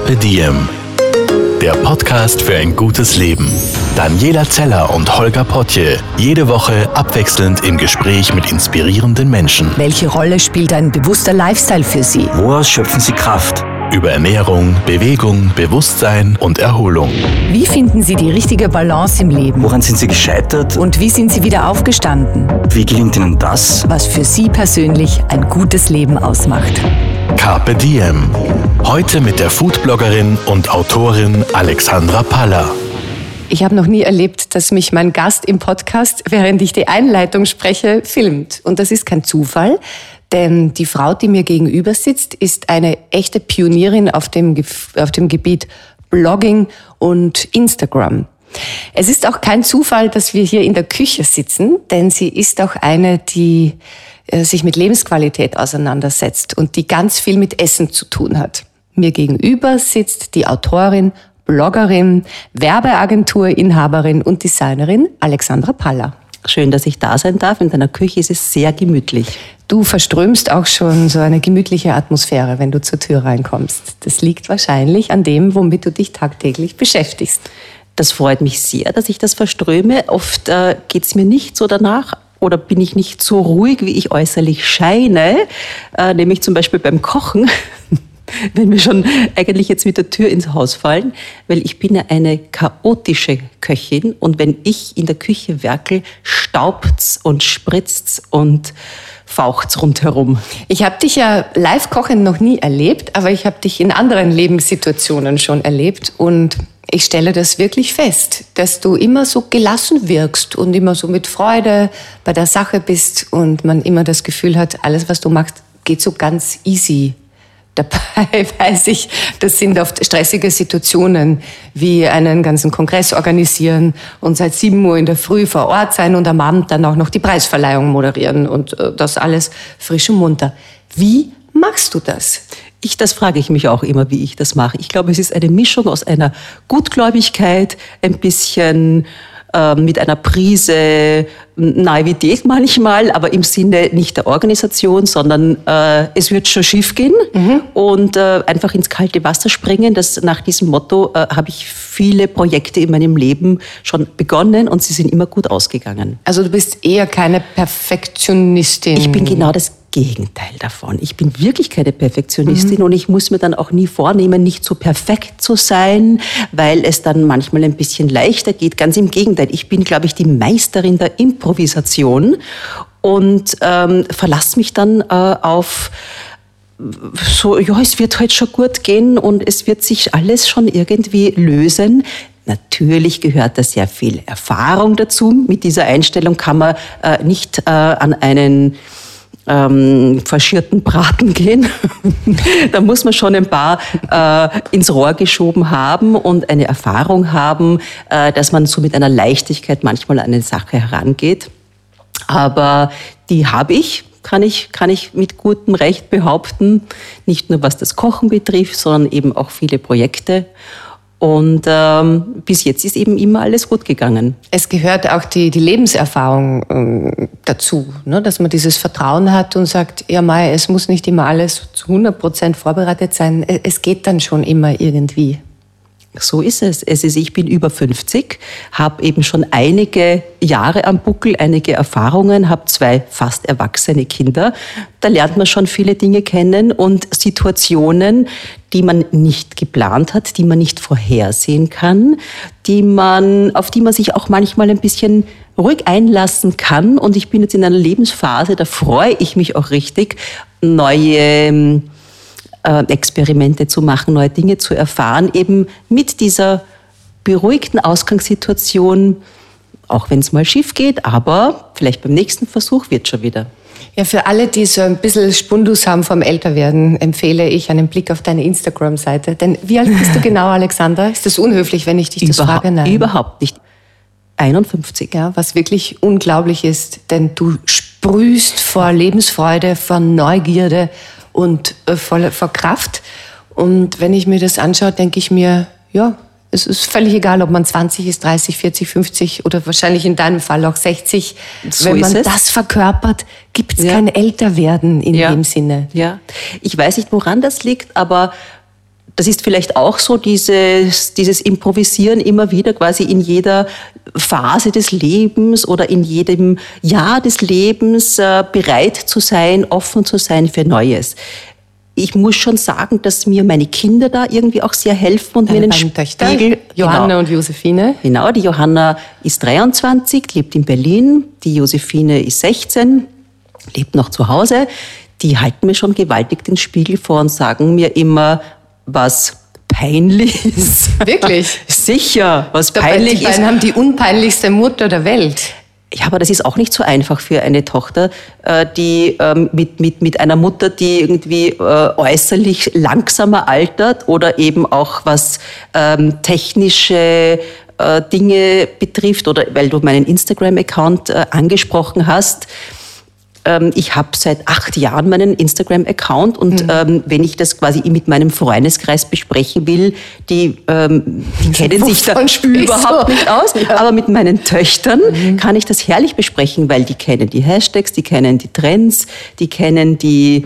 Carpe Diem, der Podcast für ein gutes Leben. Daniela Zeller und Holger Potje, jede Woche abwechselnd im Gespräch mit inspirierenden Menschen. Welche Rolle spielt ein bewusster Lifestyle für Sie? Woraus schöpfen Sie Kraft? Über Ernährung, Bewegung, Bewusstsein und Erholung. Wie finden Sie die richtige Balance im Leben? Woran sind Sie gescheitert? Und wie sind Sie wieder aufgestanden? Wie gelingt Ihnen das? Was für Sie persönlich ein gutes Leben ausmacht. Carpe Diem. Heute mit der Foodbloggerin und Autorin Alexandra Paller. Ich habe noch nie erlebt, dass mich mein Gast im Podcast, während ich die Einleitung spreche, filmt. Und das ist kein Zufall, denn die Frau, die mir gegenüber sitzt, ist eine echte Pionierin auf dem Gebiet Blogging und Instagram. Es ist auch kein Zufall, dass wir hier in der Küche sitzen, denn sie ist auch eine, die sich mit Lebensqualität auseinandersetzt und die ganz viel mit Essen zu tun hat. Mir gegenüber sitzt die Autorin, Bloggerin, Werbeagenturinhaberin und Designerin Alexandra Paller. Schön, dass ich da sein darf. In deiner Küche ist es sehr gemütlich. Du verströmst auch schon so eine gemütliche Atmosphäre, wenn du zur Tür reinkommst. Das liegt wahrscheinlich an dem, womit du dich tagtäglich beschäftigst. Das freut mich sehr, dass ich das verströme. Oft geht es mir nicht so danach oder bin ich nicht so ruhig, wie ich äußerlich scheine, nämlich zum Beispiel beim Kochen. Wenn wir schon eigentlich jetzt mit der Tür ins Haus fallen, weil ich bin ja eine chaotische Köchin und wenn ich in der Küche werkel, staubt's und spritzt's und faucht's rundherum. Ich habe dich ja live kochen noch nie erlebt, aber ich habe dich in anderen Lebenssituationen schon erlebt und ich stelle das wirklich fest, dass du immer so gelassen wirkst und immer so mit Freude bei der Sache bist und man immer das Gefühl hat, alles, was du machst, geht so ganz easy. Dabei weiß ich, das sind oft stressige Situationen, wie einen ganzen Kongress organisieren und seit 7 Uhr in der Früh vor Ort sein und am Abend dann auch noch die Preisverleihung moderieren und das alles frisch und munter. Wie machst du das? Das frage ich mich auch immer, wie ich das mache. Ich glaube, es ist eine Mischung aus einer Gutgläubigkeit, ein bisschen mit einer Prise Naivität manchmal, aber im Sinne nicht der Organisation, sondern es wird schon schief gehen und einfach ins kalte Wasser springen. Nach diesem Motto habe ich viele Projekte in meinem Leben schon begonnen und sie sind immer gut ausgegangen. Also du bist eher keine Perfektionistin. Ich bin genau das Gegenteil davon. Ich bin wirklich keine Perfektionistin und ich muss mir dann auch nie vornehmen, nicht so perfekt zu sein, weil es dann manchmal ein bisschen leichter geht. Ganz im Gegenteil. Ich bin, glaube ich, die Meisterin der Improvisation und verlasse mich dann auf so, ja, es wird heute schon gut gehen und es wird sich alles schon irgendwie lösen. Natürlich gehört da sehr viel Erfahrung dazu. Mit dieser Einstellung kann man nicht an einen faschierten Braten gehen. Da muss man schon ein paar ins Rohr geschoben haben und eine Erfahrung haben, dass man so mit einer Leichtigkeit manchmal an eine Sache herangeht. Aber die habe ich, kann ich mit gutem Recht behaupten, nicht nur was das Kochen betrifft, sondern eben auch viele Projekte. Und bis jetzt ist eben immer alles gut gegangen. Es gehört auch die Lebenserfahrung dazu, ne? Dass man dieses Vertrauen hat und sagt, ja Mai, es muss nicht immer alles zu 100% vorbereitet sein. Es geht dann schon immer irgendwie. So ist es. Ich bin über 50, habe eben schon einige Jahre am Buckel, einige Erfahrungen, habe 2 fast erwachsene Kinder. Da lernt man schon viele Dinge kennen und Situationen, die man nicht geplant hat, die man nicht vorhersehen kann, auf die man sich auch manchmal ein bisschen ruhig einlassen kann. Und ich bin jetzt in einer Lebensphase, da freue ich mich auch richtig, neue Experimente zu machen, neue Dinge zu erfahren, eben mit dieser beruhigten Ausgangssituation, auch wenn es mal schief geht, aber vielleicht beim nächsten Versuch wird schon wieder. Ja, für alle, die so ein bisschen Spundus haben vom Älterwerden, empfehle ich einen Blick auf deine Instagram-Seite. Denn wie alt bist du genau, Alexandra? Ist das unhöflich, wenn ich dich das frage? Nein. Überhaupt nicht. 51. Ja, was wirklich unglaublich ist, denn du sprühst vor Lebensfreude, vor Neugierde und vor Kraft. Und wenn ich mir das anschaue, denke ich mir, ja, es ist völlig egal, ob man 20 ist, 30, 40, 50 oder wahrscheinlich in deinem Fall auch 60. So wenn man das verkörpert, gibt es kein Älterwerden in dem Sinne. Ja, ich weiß nicht, woran das liegt, aber das ist vielleicht auch so dieses Improvisieren immer wieder quasi in jeder Phase des Lebens oder in jedem Jahr des Lebens bereit zu sein, offen zu sein für Neues. Ich muss schon sagen, dass mir meine Kinder da irgendwie auch sehr helfen und mir einen Spiegel. Johanna und Josephine. Genau, die Johanna ist 23, lebt in Berlin. Die Josephine ist 16, lebt noch zu Hause. Die halten mir schon gewaltig den Spiegel vor und sagen mir immer, was peinlich ist. Wirklich? Sicher, was peinlich ist. Die beiden haben die unpeinlichste Mutter der Welt. Ja, aber das ist auch nicht so einfach für eine Tochter, die mit einer Mutter, die irgendwie äußerlich langsamer altert oder eben auch was technische Dinge betrifft oder weil du meinen Instagram-Account angesprochen hast. Ich habe seit 8 Jahren meinen Instagram-Account und wenn ich das quasi mit meinem Freundeskreis besprechen will, die kennen sich da überhaupt nicht aus. Ja. Aber mit meinen Töchtern kann ich das herrlich besprechen, weil die kennen die Hashtags, die kennen die Trends, die kennen die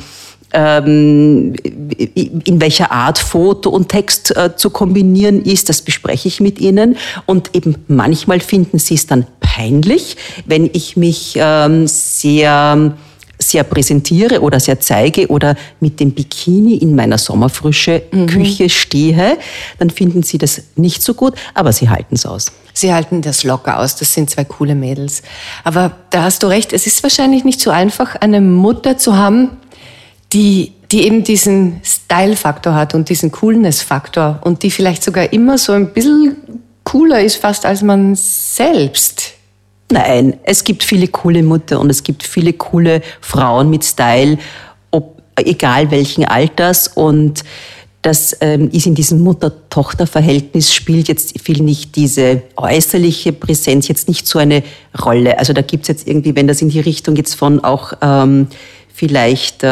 in welcher Art Foto und Text zu kombinieren ist, das bespreche ich mit ihnen. Und eben manchmal finden sie es dann peinlich, wenn ich mich sehr präsentiere oder sehr zeige oder mit dem Bikini in meiner sommerfrische Küche stehe, dann finden sie das nicht so gut, aber sie halten es aus. Sie halten das locker aus, das sind 2 coole Mädels. Aber da hast du recht, es ist wahrscheinlich nicht so einfach, eine Mutter zu haben, die eben diesen Style-Faktor hat und diesen Coolness-Faktor und die vielleicht sogar immer so ein bisschen cooler ist fast als man selbst. Nein, es gibt viele coole Mütter und es gibt viele coole Frauen mit Style, egal welchen Alters. Und das ist in diesem Mutter-Tochter-Verhältnis spielt jetzt viel nicht diese äußerliche Präsenz jetzt nicht so eine Rolle. Also da gibt's jetzt irgendwie, wenn das in die Richtung jetzt von auch vielleicht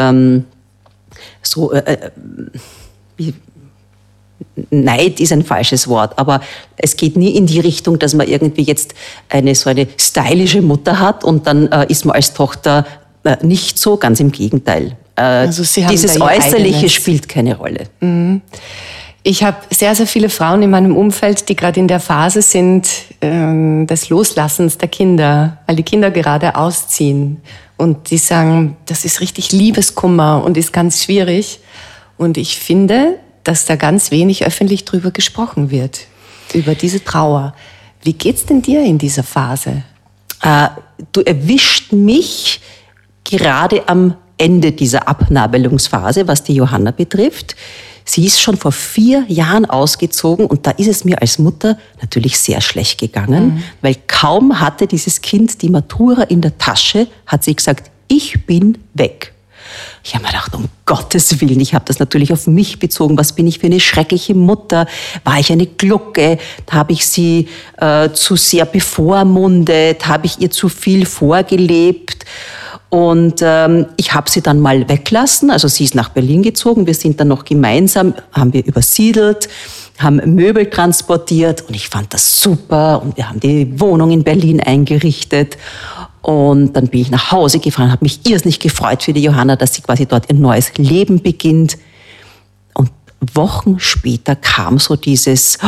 Neid ist ein falsches Wort, aber es geht nie in die Richtung, dass man irgendwie jetzt so eine stylische Mutter hat und dann ist man als Tochter nicht so, ganz im Gegenteil. Also Sie haben dieses Äußerliche spielt keine Rolle. Mhm. Ich habe sehr, sehr viele Frauen in meinem Umfeld, die gerade in der Phase sind des Loslassens der Kinder, weil die Kinder gerade ausziehen. Und die sagen, das ist richtig Liebeskummer und ist ganz schwierig. Und ich finde, dass da ganz wenig öffentlich drüber gesprochen wird, über diese Trauer. Wie geht's denn dir in dieser Phase? Du erwischt mich gerade am Ende dieser Abnabelungsphase, was die Johanna betrifft. Sie ist schon vor 4 Jahren ausgezogen und da ist es mir als Mutter natürlich sehr schlecht gegangen, weil kaum hatte dieses Kind die Matura in der Tasche, hat sie gesagt, ich bin weg. Ich habe mir gedacht, um Gottes Willen, ich habe das natürlich auf mich bezogen. Was bin ich für eine schreckliche Mutter? War ich eine Glucke? Habe ich sie zu sehr bevormundet? Habe ich ihr zu viel vorgelebt? Und ich habe sie dann mal weglassen. Also sie ist nach Berlin gezogen. Wir sind dann noch gemeinsam, haben wir übersiedelt, haben Möbel transportiert und ich fand das super. Und wir haben die Wohnung in Berlin eingerichtet. Und dann bin ich nach Hause gefahren, habe mich irrsinnig gefreut für die Johanna, dass sie quasi dort ein neues Leben beginnt. Und Wochen später kam so dieses,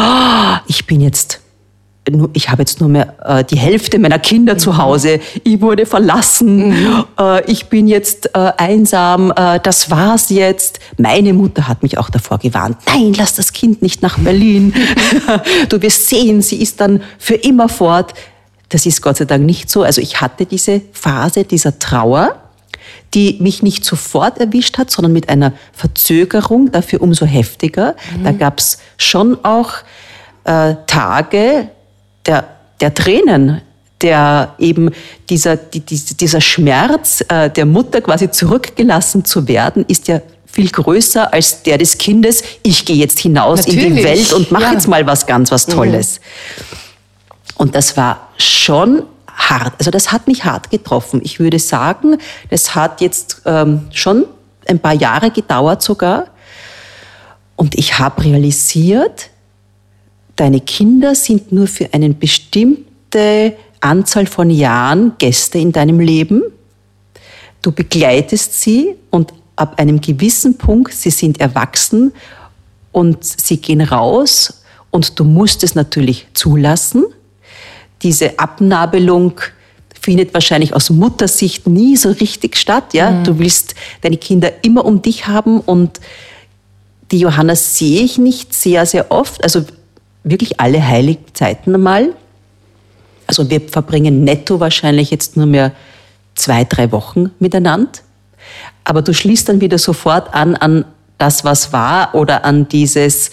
ich habe jetzt nur mehr die Hälfte meiner Kinder zu Hause, ich wurde verlassen, ich bin jetzt einsam, das war's jetzt. Meine Mutter hat mich auch davor gewarnt, nein, lass das Kind nicht nach Berlin, du wirst sehen, sie ist dann für immer fort. Das ist Gott sei Dank nicht so. Also ich hatte diese Phase dieser Trauer, die mich nicht sofort erwischt hat, sondern mit einer Verzögerung, dafür umso heftiger. Da gab's schon auch Tage der Tränen, der eben dieser Schmerz der Mutter quasi zurückgelassen zu werden, ist ja viel größer als der des Kindes. Ich gehe jetzt hinaus in die Welt und mache jetzt mal was Tolles. Und das war schon hart. Also das hat mich hart getroffen. Ich würde sagen, das hat jetzt schon ein paar Jahre gedauert sogar. Und ich habe realisiert, deine Kinder sind nur für eine bestimmte Anzahl von Jahren Gäste in deinem Leben. Du begleitest sie und ab einem gewissen Punkt, sie sind erwachsen und sie gehen raus und du musst es natürlich zulassen. Diese Abnabelung findet wahrscheinlich aus Muttersicht nie so richtig statt. Ja? Du willst deine Kinder immer um dich haben und die Johanna sehe ich nicht sehr, sehr oft. Also wirklich alle heiligen Zeiten einmal. Also wir verbringen netto wahrscheinlich jetzt nur mehr 2-3 Wochen miteinander. Aber du schließt dann wieder sofort an das, was war oder an dieses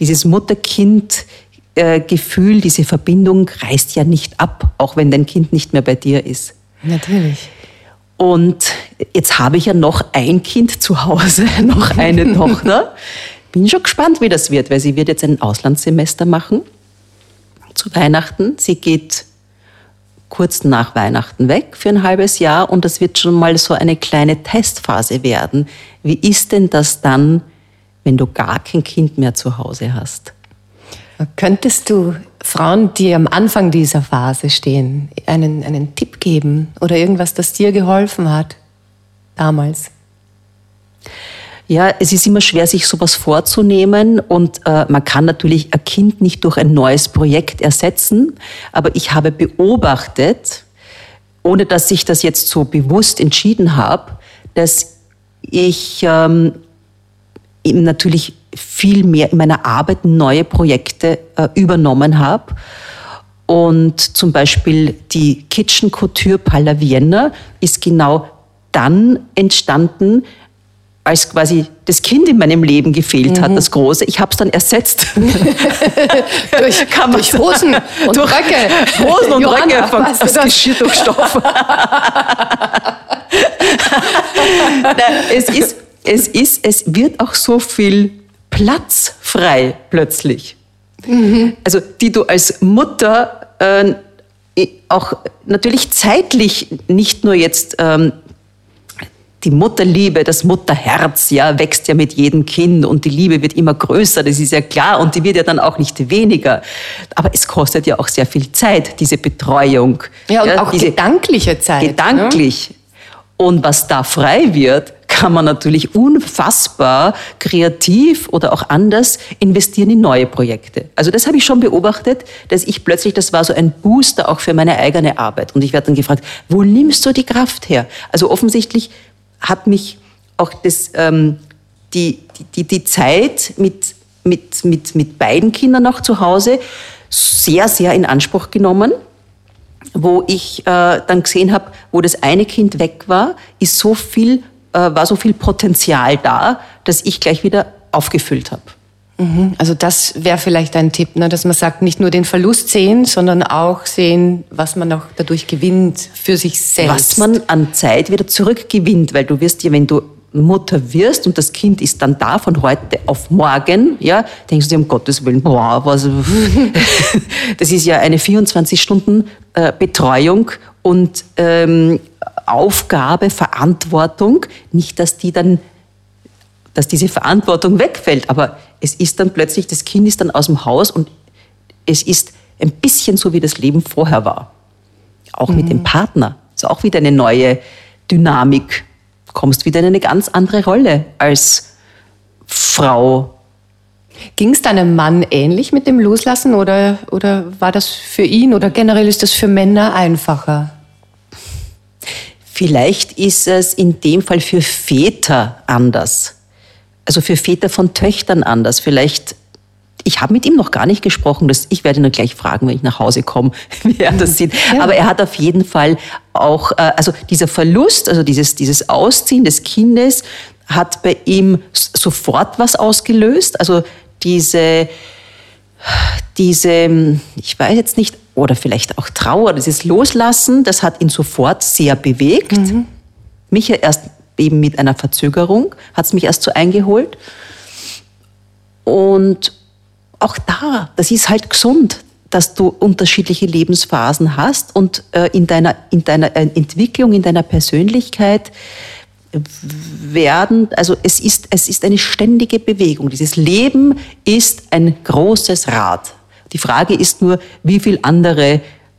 Mutter-Kind-Gefühl, diese Verbindung reißt ja nicht ab, auch wenn dein Kind nicht mehr bei dir ist. Natürlich. Und jetzt habe ich ja noch ein Kind zu Hause, noch eine Tochter. Bin schon gespannt, wie das wird, weil sie wird jetzt ein Auslandssemester machen zu Weihnachten. Sie geht kurz nach Weihnachten weg für ein halbes Jahr und das wird schon mal so eine kleine Testphase werden. Wie ist denn das dann, wenn du gar kein Kind mehr zu Hause hast? Könntest du Frauen, die am Anfang dieser Phase stehen, einen Tipp geben oder irgendwas, das dir geholfen hat damals? Ja, es ist immer schwer, sich sowas vorzunehmen und man kann natürlich ein Kind nicht durch ein neues Projekt ersetzen, aber ich habe beobachtet, ohne dass ich das jetzt so bewusst entschieden habe, dass ich eben natürlich viel mehr in meiner Arbeit neue Projekte übernommen habe. Und zum Beispiel die Kitchen Couture Palla Vienna ist genau dann entstanden, als quasi das Kind in meinem Leben gefehlt hat, das Große. Ich habe es dann ersetzt. durch Hosen und Röcke. Hosen und Johanna, Röcke von das Geschirr durch Stoff. Es wird auch so viel Platz frei plötzlich. Also die du als Mutter auch natürlich zeitlich nicht nur jetzt die Mutterliebe, das Mutterherz, ja, wächst ja mit jedem Kind und die Liebe wird immer größer, das ist ja klar und die wird ja dann auch nicht weniger. Aber es kostet ja auch sehr viel Zeit, diese Betreuung. Ja, und auch diese gedankliche Zeit. Gedanklich. Ne? Und was da frei wird, kann man natürlich unfassbar kreativ oder auch anders investieren in neue Projekte. Also das habe ich schon beobachtet, dass ich plötzlich, das war so ein Booster auch für meine eigene Arbeit. Und ich werde dann gefragt, wo nimmst du die Kraft her? Also offensichtlich hat mich auch die Zeit mit beiden Kindern noch zu Hause sehr, sehr in Anspruch genommen, wo ich dann gesehen habe, wo das eine Kind weg war, war so viel Potenzial da, dass ich gleich wieder aufgefüllt habe. Also das wäre vielleicht ein Tipp, ne? Dass man sagt, nicht nur den Verlust sehen, sondern auch sehen, was man auch dadurch gewinnt für sich selbst. Was man an Zeit wieder zurückgewinnt, weil du wirst ja, wenn du Mutter wirst und das Kind ist dann da von heute auf morgen, ja, denkst du dir, um Gottes Willen, das ist ja eine 24-Stunden Betreuung und Aufgabe, Verantwortung, nicht, dass diese Verantwortung wegfällt, aber es ist dann plötzlich, das Kind ist dann aus dem Haus und es ist ein bisschen so, wie das Leben vorher war. Auch mit dem Partner. Das ist auch wieder eine neue Dynamik. Du kommst wieder in eine ganz andere Rolle als Frau. Ging es deinem Mann ähnlich mit dem Loslassen oder war das für ihn oder generell ist das für Männer einfacher? Vielleicht ist es in dem Fall für Väter anders. Also für Väter von Töchtern anders. Vielleicht, ich habe mit ihm noch gar nicht gesprochen, ich werde ihn gleich fragen, wenn ich nach Hause komme, wie er das sieht. Ja. Aber er hat auf jeden Fall auch, also dieser Verlust, also dieses Ausziehen des Kindes hat bei ihm sofort was ausgelöst. Also diese, ich weiß jetzt nicht, oder vielleicht auch Trauer, dieses Loslassen, das hat ihn sofort sehr bewegt. Mich ja erst eben mit einer Verzögerung, hat es mich erst so eingeholt. Und auch das ist halt gesund, dass du unterschiedliche Lebensphasen hast und in deiner Entwicklung, in deiner Persönlichkeit also es ist eine ständige Bewegung. Dieses Leben ist ein großes Rad. Die Frage ist nur, wie viel andere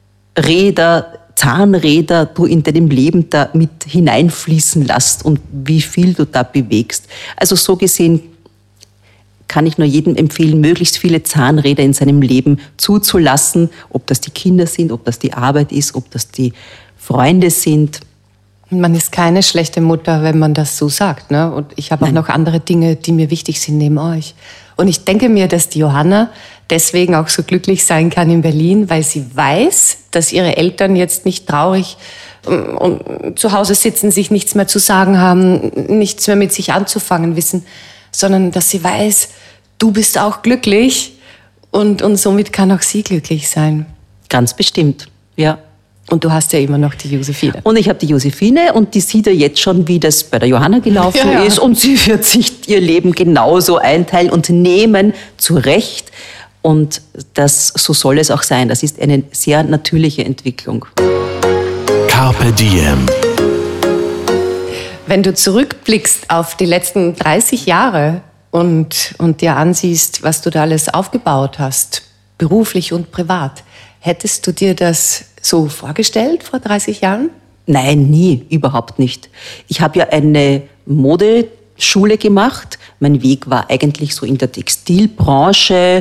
Zahnräder du in deinem Leben da mit hineinfließen lässt und wie viel du da bewegst. Also so gesehen kann ich nur jedem empfehlen, möglichst viele Zahnräder in seinem Leben zuzulassen, ob das die Kinder sind, ob das die Arbeit ist, ob das die Freunde sind. Man ist keine schlechte Mutter, wenn man das so sagt, ne? Und ich habe auch noch andere Dinge, die mir wichtig sind neben euch. Und ich denke mir, dass die Johanna deswegen auch so glücklich sein kann in Berlin, weil sie weiß, dass ihre Eltern jetzt nicht traurig und zu Hause sitzen, sich nichts mehr zu sagen haben, nichts mehr mit sich anzufangen wissen, sondern dass sie weiß, du bist auch glücklich und somit kann auch sie glücklich sein. Ganz bestimmt, ja. Und du hast ja immer noch die Josephine. Und ich habe die Josephine und die sieht ja jetzt schon, wie das bei der Johanna gelaufen ist. Und sie wird sich ihr Leben genauso einteilen und nehmen, zurecht. Und so soll es auch sein. Das ist eine sehr natürliche Entwicklung. Carpe Diem. Wenn du zurückblickst auf die letzten 30 Jahre und dir ansiehst, was du da alles aufgebaut hast, beruflich und privat, hättest du dir das so vorgestellt vor 30 Jahren? Nein, nie, überhaupt nicht. Ich habe ja eine Modeschule gemacht. Mein Weg war eigentlich so in der Textilbranche,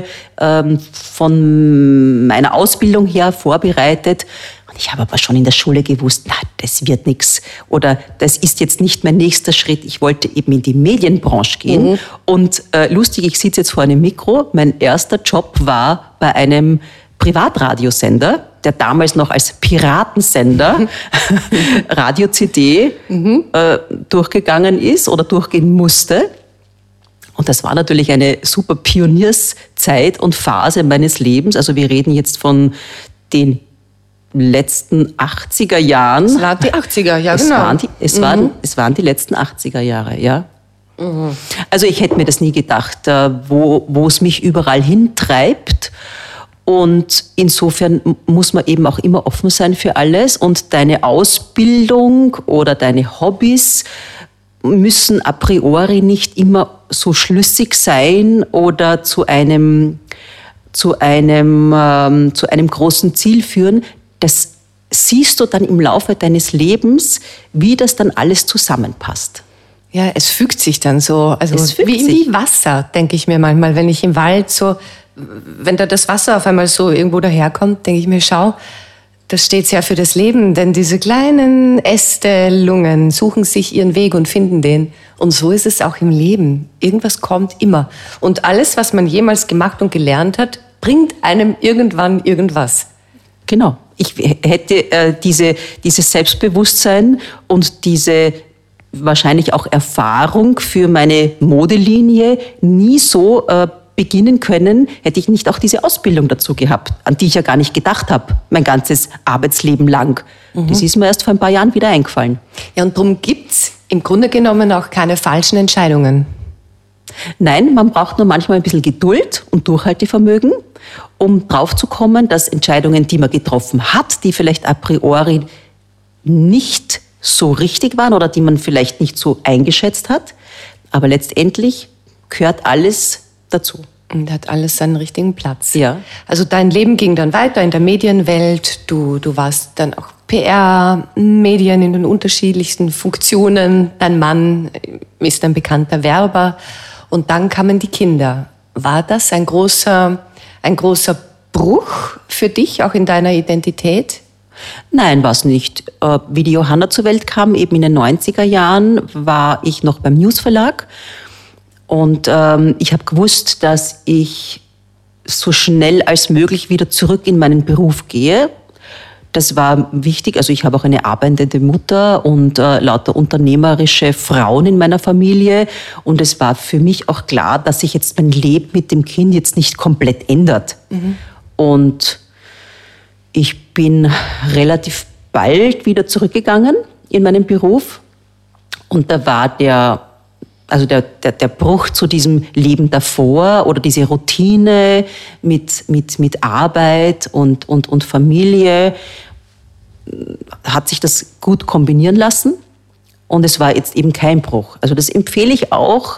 von meiner Ausbildung her vorbereitet. Und ich habe aber schon in der Schule gewusst, na, das wird nichts. Oder das ist jetzt nicht mein nächster Schritt. Ich wollte eben in die Medienbranche gehen. Mhm. Und lustig, ich sitze jetzt vor einem Mikro. Mein erster Job war bei einem Privatradiosender, der damals noch als Piratensender Radio CD durchgegangen ist oder durchgehen musste. Und das war natürlich eine super Pionierszeit und Phase meines Lebens. Also wir reden jetzt von den letzten 80er Jahren. Es waren die 80er, ja, genau. Es waren die letzten 80er Jahre, ja. Mhm. Also ich hätte mir das nie gedacht, wo es mich überall hintreibt. Und insofern muss man eben auch immer offen sein für alles. Und deine Ausbildung oder deine Hobbys müssen a priori nicht immer so schlüssig sein oder zu einem großen Ziel führen. Das siehst du dann im Laufe deines Lebens, wie das dann alles zusammenpasst. Ja, es fügt sich dann so. Also wie Wasser, denke ich mir manchmal, wenn ich im Wald so, wenn da das Wasser auf einmal so irgendwo daherkommt, denke ich mir, schau, das steht ja für das Leben, denn diese kleinen Äste, Lungen suchen sich ihren Weg und finden den. Und so ist es auch im Leben. Irgendwas kommt immer. Und alles, was man jemals gemacht und gelernt hat, bringt einem irgendwann irgendwas. Genau. Ich hätte dieses Selbstbewusstsein und diese wahrscheinlich auch Erfahrung für meine Modelinie nie so beginnen können, hätte ich nicht auch diese Ausbildung dazu gehabt, an die ich ja gar nicht gedacht habe, mein ganzes Arbeitsleben lang. Mhm. Das ist mir erst vor ein paar Jahren wieder eingefallen. Ja, und darum gibt's im Grunde genommen auch keine falschen Entscheidungen. Nein, man braucht nur manchmal ein bisschen Geduld und Durchhaltevermögen, um draufzukommen, dass Entscheidungen, die man getroffen hat, die vielleicht a priori nicht so richtig waren oder die man vielleicht nicht so eingeschätzt hat, aber letztendlich gehört alles dazu. Und hat alles seinen richtigen Platz. Ja. Also dein Leben ging dann weiter in der Medienwelt. Du warst dann auch PR, Medien in den unterschiedlichsten Funktionen. Dein Mann ist ein bekannter Werber. Und dann kamen die Kinder. War das ein großer Bruch für dich, auch in deiner Identität? Nein, war es nicht. Wie die Johanna zur Welt kam, eben in den 90er Jahren, war ich noch beim News Verlag. Und ich habe gewusst, dass ich so schnell als möglich wieder zurück in meinen Beruf gehe. Das war wichtig. Also ich habe auch eine arbeitende Mutter und lauter unternehmerische Frauen in meiner Familie. Und es war für mich auch klar, dass sich jetzt mein Leben mit dem Kind jetzt nicht komplett ändert. Mhm. Und ich bin relativ bald wieder zurückgegangen in meinen Beruf. Und da war der Bruch zu diesem Leben davor oder diese Routine mit Arbeit und Familie, hat sich das gut kombinieren lassen und es war jetzt eben kein Bruch. Also das empfehle ich auch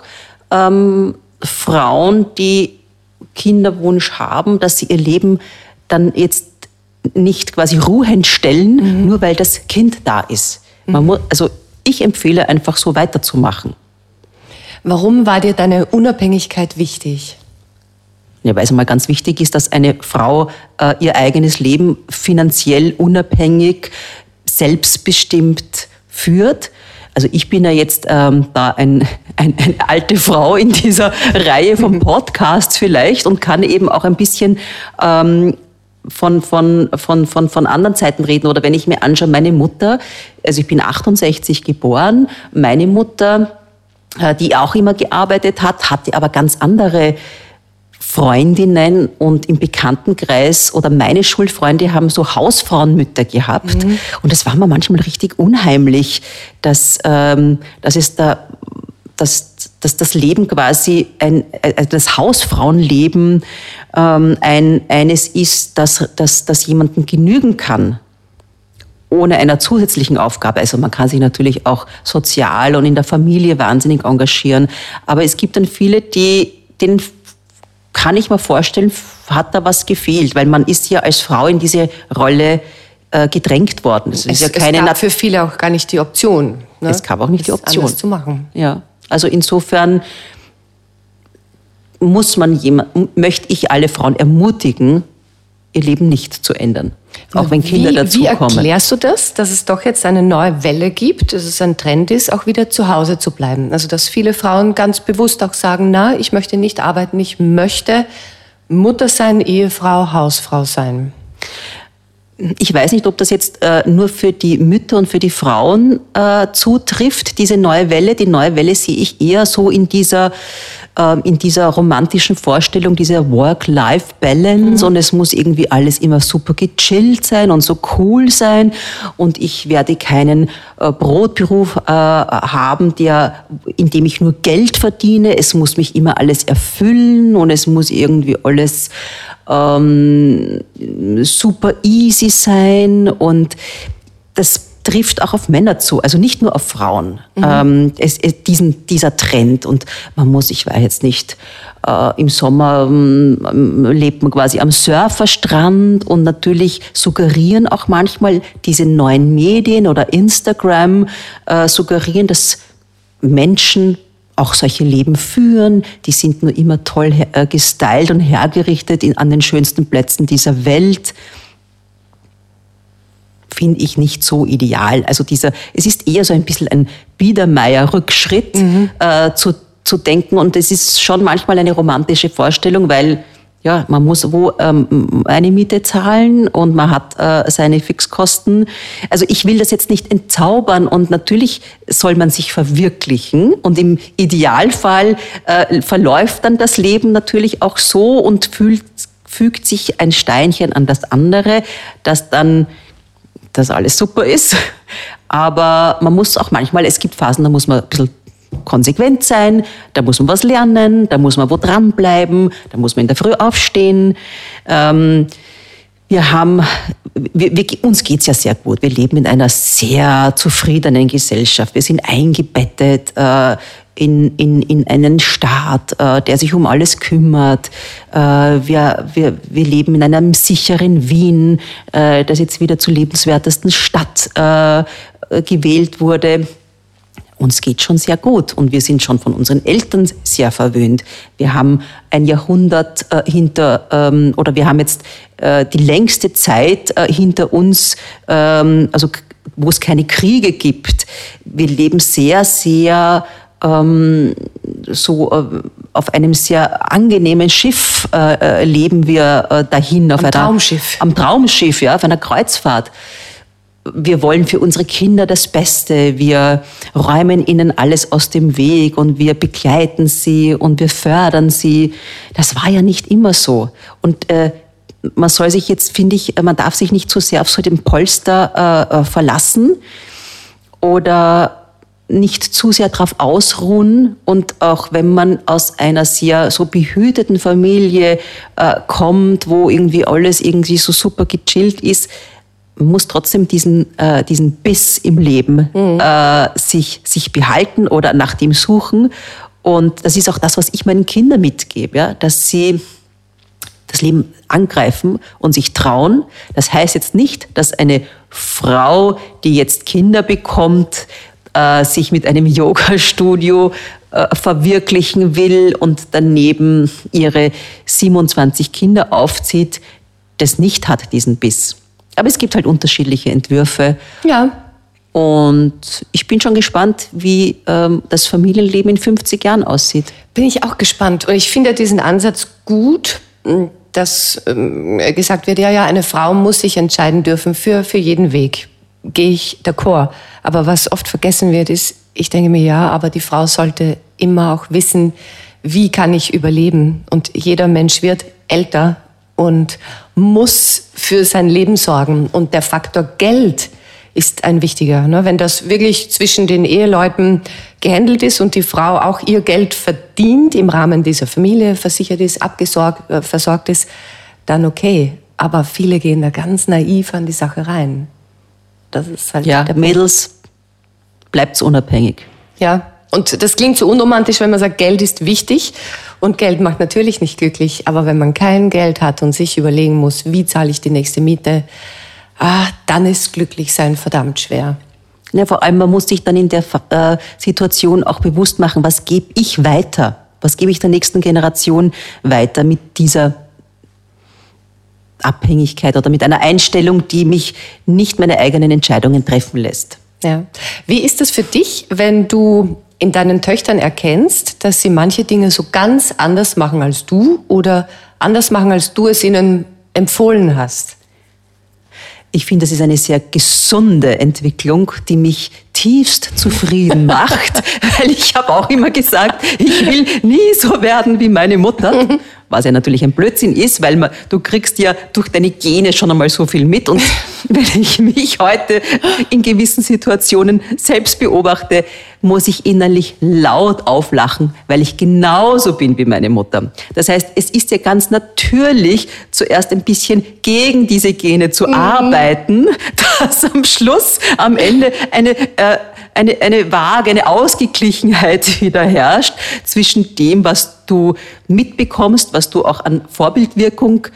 Frauen, die Kinderwunsch haben, dass sie ihr Leben dann jetzt nicht quasi ruhend stellen, nur weil das Kind da ist. Ich empfehle einfach so weiterzumachen. Warum war dir deine Unabhängigkeit wichtig? Ja, weil es einmal ganz wichtig ist, dass eine Frau ihr eigenes Leben finanziell unabhängig, selbstbestimmt führt. Also ich bin ja jetzt da eine alte Frau in dieser Reihe von Podcasts vielleicht und kann eben auch ein bisschen von anderen Zeiten reden. Oder wenn ich mir anschaue, meine Mutter, also ich bin 68 geboren, meine Mutter, die auch immer gearbeitet hat, hatte aber ganz andere Freundinnen und im Bekanntenkreis oder meine Schulfreunde haben so Hausfrauenmütter gehabt. Und das war mir manchmal richtig unheimlich, dass das Leben quasi, das Hausfrauenleben eines ist, das jemandem genügen kann, ohne einer zusätzlichen Aufgabe. Also man kann sich natürlich auch sozial und in der Familie wahnsinnig engagieren, aber es gibt dann viele, denen kann ich mir vorstellen, hat da was gefehlt, weil man ist ja als Frau in diese Rolle gedrängt worden. Es gab für viele auch gar nicht die Option. Ne? Es gab auch nicht die Option, anders zu machen. Ja, also insofern möchte ich alle Frauen ermutigen, ihr Leben nicht zu ändern, auch wenn Kinder dazukommen. Wie erklärst du das, dass es doch jetzt eine neue Welle gibt, dass es ein Trend ist, auch wieder zu Hause zu bleiben? Also dass viele Frauen ganz bewusst auch sagen, na, ich möchte nicht arbeiten, ich möchte Mutter sein, Ehefrau, Hausfrau sein. Ich weiß nicht, ob das jetzt nur für die Mütter und für die Frauen zutrifft, diese neue Welle. Die neue Welle sehe ich eher so in dieser romantischen Vorstellung, dieser Work-Life-Balance und es muss irgendwie alles immer super gechillt sein und so cool sein und ich werde keinen Brotberuf haben, in dem ich nur Geld verdiene. Es muss mich immer alles erfüllen und es muss irgendwie alles super easy sein und das trifft auch auf Männer zu, also nicht nur auf Frauen. Dieser Trend und ich weiß jetzt nicht, im Sommer lebt man quasi am Surferstrand und natürlich suggerieren auch manchmal diese neuen Medien oder Instagram suggerieren, dass Menschen auch solche Leben führen, die sind nur immer toll gestylt und hergerichtet an den schönsten Plätzen dieser Welt. Finde ich nicht so ideal. Also es ist eher so ein bisschen ein Biedermeier-Rückschritt zu denken und es ist schon manchmal eine romantische Vorstellung, weil ja, man muss eine Miete zahlen und man hat seine Fixkosten. Also ich will das jetzt nicht entzaubern und natürlich soll man sich verwirklichen und im Idealfall verläuft dann das Leben natürlich auch so und fügt sich ein Steinchen an das andere, dass dann das alles super ist. Aber man muss auch manchmal, es gibt Phasen, da muss man ein bisschen konsequent sein, da muss man was lernen, da muss man wo dranbleiben, da muss man in der Früh aufstehen. Uns geht's ja sehr gut. Wir leben in einer sehr zufriedenen Gesellschaft. Wir sind eingebettet in einen Staat, der sich um alles kümmert. Wir leben in einem sicheren Wien, das jetzt wieder zur lebenswertesten Stadt gewählt wurde. Uns geht schon sehr gut und wir sind schon von unseren Eltern sehr verwöhnt. Wir haben ein Jahrhundert wir haben jetzt die längste Zeit hinter uns, also wo es keine Kriege gibt. Wir leben sehr, sehr auf einem sehr angenehmen Schiff leben wir dahin. Am Traumschiff, ja, auf einer Kreuzfahrt. Wir wollen für unsere Kinder das Beste. Wir räumen ihnen alles aus dem Weg und wir begleiten sie und wir fördern sie. Das war ja nicht immer so. Und man soll sich jetzt, finde ich, man darf sich nicht so sehr auf so den Polster verlassen oder nicht zu sehr darauf ausruhen. Und auch wenn man aus einer sehr so behüteten Familie kommt, wo irgendwie alles irgendwie so super gechillt ist, muss trotzdem diesen Biss im Leben sich behalten oder nach dem suchen. Und das ist auch das, was ich meinen Kindern mitgebe, ja, dass sie das Leben angreifen und sich trauen. Das heißt jetzt nicht, dass eine Frau, die jetzt Kinder bekommt, sich mit einem Yoga-Studio verwirklichen will und daneben ihre 27 Kinder aufzieht, das nicht hat, diesen Biss. Aber es gibt halt unterschiedliche Entwürfe. Ja. Und ich bin schon gespannt, wie das Familienleben in 50 Jahren aussieht. Bin ich auch gespannt. Und ich finde diesen Ansatz gut, dass gesagt wird, ja, eine Frau muss sich entscheiden dürfen für jeden Weg. Gehe ich d'accord. Aber was oft vergessen wird, ist, ich denke mir, ja, aber die Frau sollte immer auch wissen, wie kann ich überleben. Und jeder Mensch wird älter und muss für sein Leben sorgen. Und der Faktor Geld ist ein wichtiger. Ne? Wenn das wirklich zwischen den Eheleuten gehandelt ist und die Frau auch ihr Geld verdient, im Rahmen dieser Familie versichert ist, versorgt ist, dann okay. Aber viele gehen da ganz naiv an die Sache rein. Das ist halt ja, der Mädels, bleibt's unabhängig. Ja, und das klingt so unromantisch, wenn man sagt, Geld ist wichtig. Und Geld macht natürlich nicht glücklich. Aber wenn man kein Geld hat und sich überlegen muss, wie zahle ich die nächste Miete, dann ist Glücklichsein verdammt schwer. Ja, vor allem, man muss sich dann in der Situation auch bewusst machen, was gebe ich weiter? Was gebe ich der nächsten Generation weiter mit dieser Abhängigkeit oder mit einer Einstellung, die mich nicht meine eigenen Entscheidungen treffen lässt? Ja. Wie ist das für dich, wenn du in deinen Töchtern erkennst, dass sie manche Dinge so ganz anders machen als du oder anders machen, als du es ihnen empfohlen hast? Ich finde, das ist eine sehr gesunde Entwicklung, die mich tiefst zufrieden macht, weil ich habe auch immer gesagt, ich will nie so werden wie meine Mutter, was ja natürlich ein Blödsinn ist, weil du kriegst ja durch deine Gene schon einmal so viel mit und wenn ich mich heute in gewissen Situationen selbst beobachte, muss ich innerlich laut auflachen, weil ich genauso bin wie meine Mutter. Das heißt, es ist ja ganz natürlich, zuerst ein bisschen gegen diese Gene zu arbeiten, dass am Schluss, am Ende eine Waage, eine Ausgeglichenheit wieder herrscht zwischen dem, was du mitbekommst, was du auch an Vorbildwirkung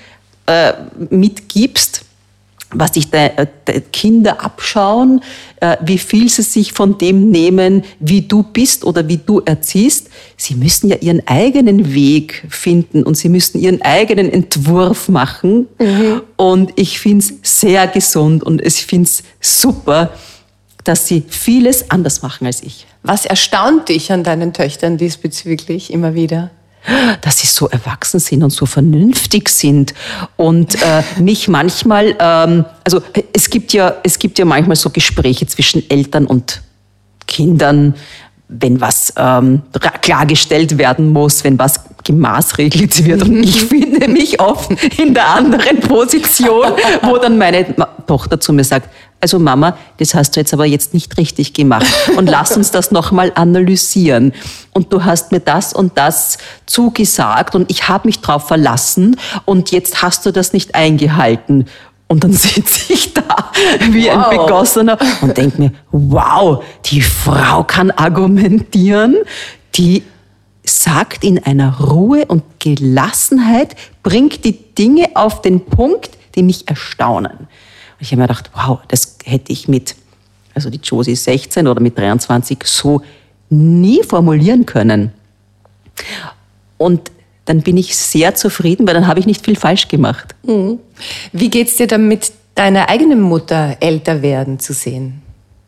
mitgibst, was sich Kinder abschauen, wie viel sie sich von dem nehmen, wie du bist oder wie du erziehst. Sie müssen ja ihren eigenen Weg finden und sie müssen ihren eigenen Entwurf machen. Mhm. Und ich finde es sehr gesund und ich finde es super, dass sie vieles anders machen als ich. Was erstaunt dich an deinen Töchtern diesbezüglich immer wieder? Dass sie so erwachsen sind und so vernünftig sind und mich manchmal, also es gibt ja manchmal so Gespräche zwischen Eltern und Kindern, wenn was klargestellt werden muss, wenn was gemaßregelt wird. Und ich finde mich oft in der anderen Position, wo dann meine Tochter zu mir sagt, also Mama, das hast du jetzt aber jetzt nicht richtig gemacht und lass uns das nochmal analysieren. Und du hast mir das und das zugesagt und ich habe mich drauf verlassen und jetzt hast du das nicht eingehalten. Und dann sitze ich da wie ein Begossener und denke mir, wow, die Frau kann argumentieren, die sagt in einer Ruhe und Gelassenheit, bringt die Dinge auf den Punkt, die mich erstaunen. Und ich habe mir gedacht, wow, das hätte ich also die Josie ist 16 oder mit 23 so nie formulieren können. Und dann bin ich sehr zufrieden, weil dann habe ich nicht viel falsch gemacht. Mhm. Wie geht's dir damit, deine eigene Mutter älter werden zu sehen?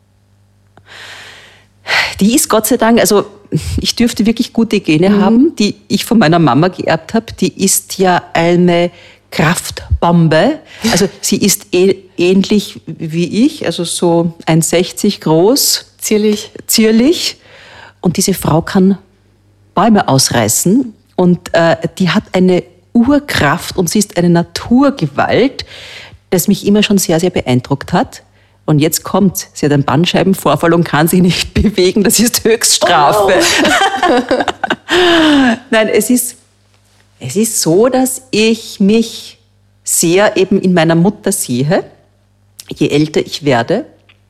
Die ist Gott sei Dank, also ich dürfte wirklich gute Gene haben, die ich von meiner Mama geerbt habe. Die ist ja eine Kraftbombe. Also sie ist ähnlich wie ich, also so 1,60 groß. Zierlich. Und diese Frau kann Bäume ausreißen und die hat eine Urkraft und sie ist eine Naturgewalt, das mich immer schon sehr, sehr beeindruckt hat. Und jetzt kommt, sie hat einen Bandscheibenvorfall und kann sich nicht bewegen, das ist Höchststrafe. Oh. Nein, es ist so, dass ich mich sehr eben in meiner Mutter sehe, je älter ich werde.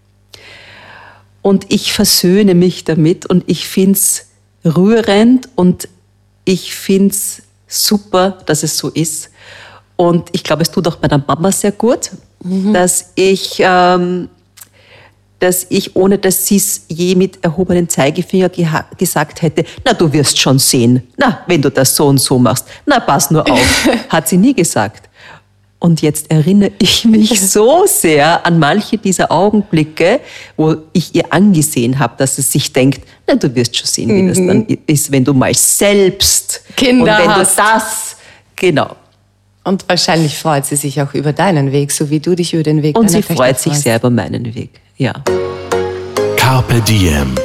Und ich versöhne mich damit und ich finde es rührend und ich finde es super, dass es so ist. Und ich glaube, es tut auch meiner Mama sehr gut, dass ich dass ich, ohne dass sie es je mit erhobenem Zeigefinger gesagt hätte, na, du wirst schon sehen, na, wenn du das so und so machst, na, pass nur auf, hat sie nie gesagt. Und jetzt erinnere ich mich so sehr an manche dieser Augenblicke, wo ich ihr angesehen habe, dass sie sich denkt, na, du wirst schon sehen, wie das dann ist, wenn du mal selbst Kinder und wenn hast. du das, genau. Und wahrscheinlich freut sie sich auch über deinen Weg, so wie du dich über den Weg Und deiner sie Töchter freut sich freust. sehr über meinen Weg, ja. Carpe Diem.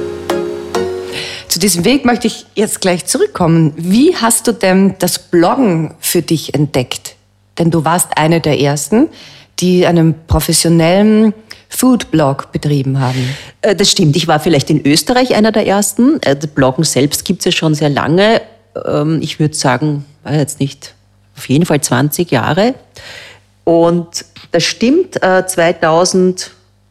Zu diesem Weg möchte ich jetzt gleich zurückkommen. Wie hast du denn das Bloggen für dich entdeckt? Denn du warst eine der Ersten, die einen professionellen Food-Blog betrieben haben. Das stimmt, ich war vielleicht in Österreich einer der Ersten. Das Bloggen selbst gibt es ja schon sehr lange. Ich würde sagen, war jetzt nicht, auf jeden Fall 20 Jahre. Und das stimmt, 2011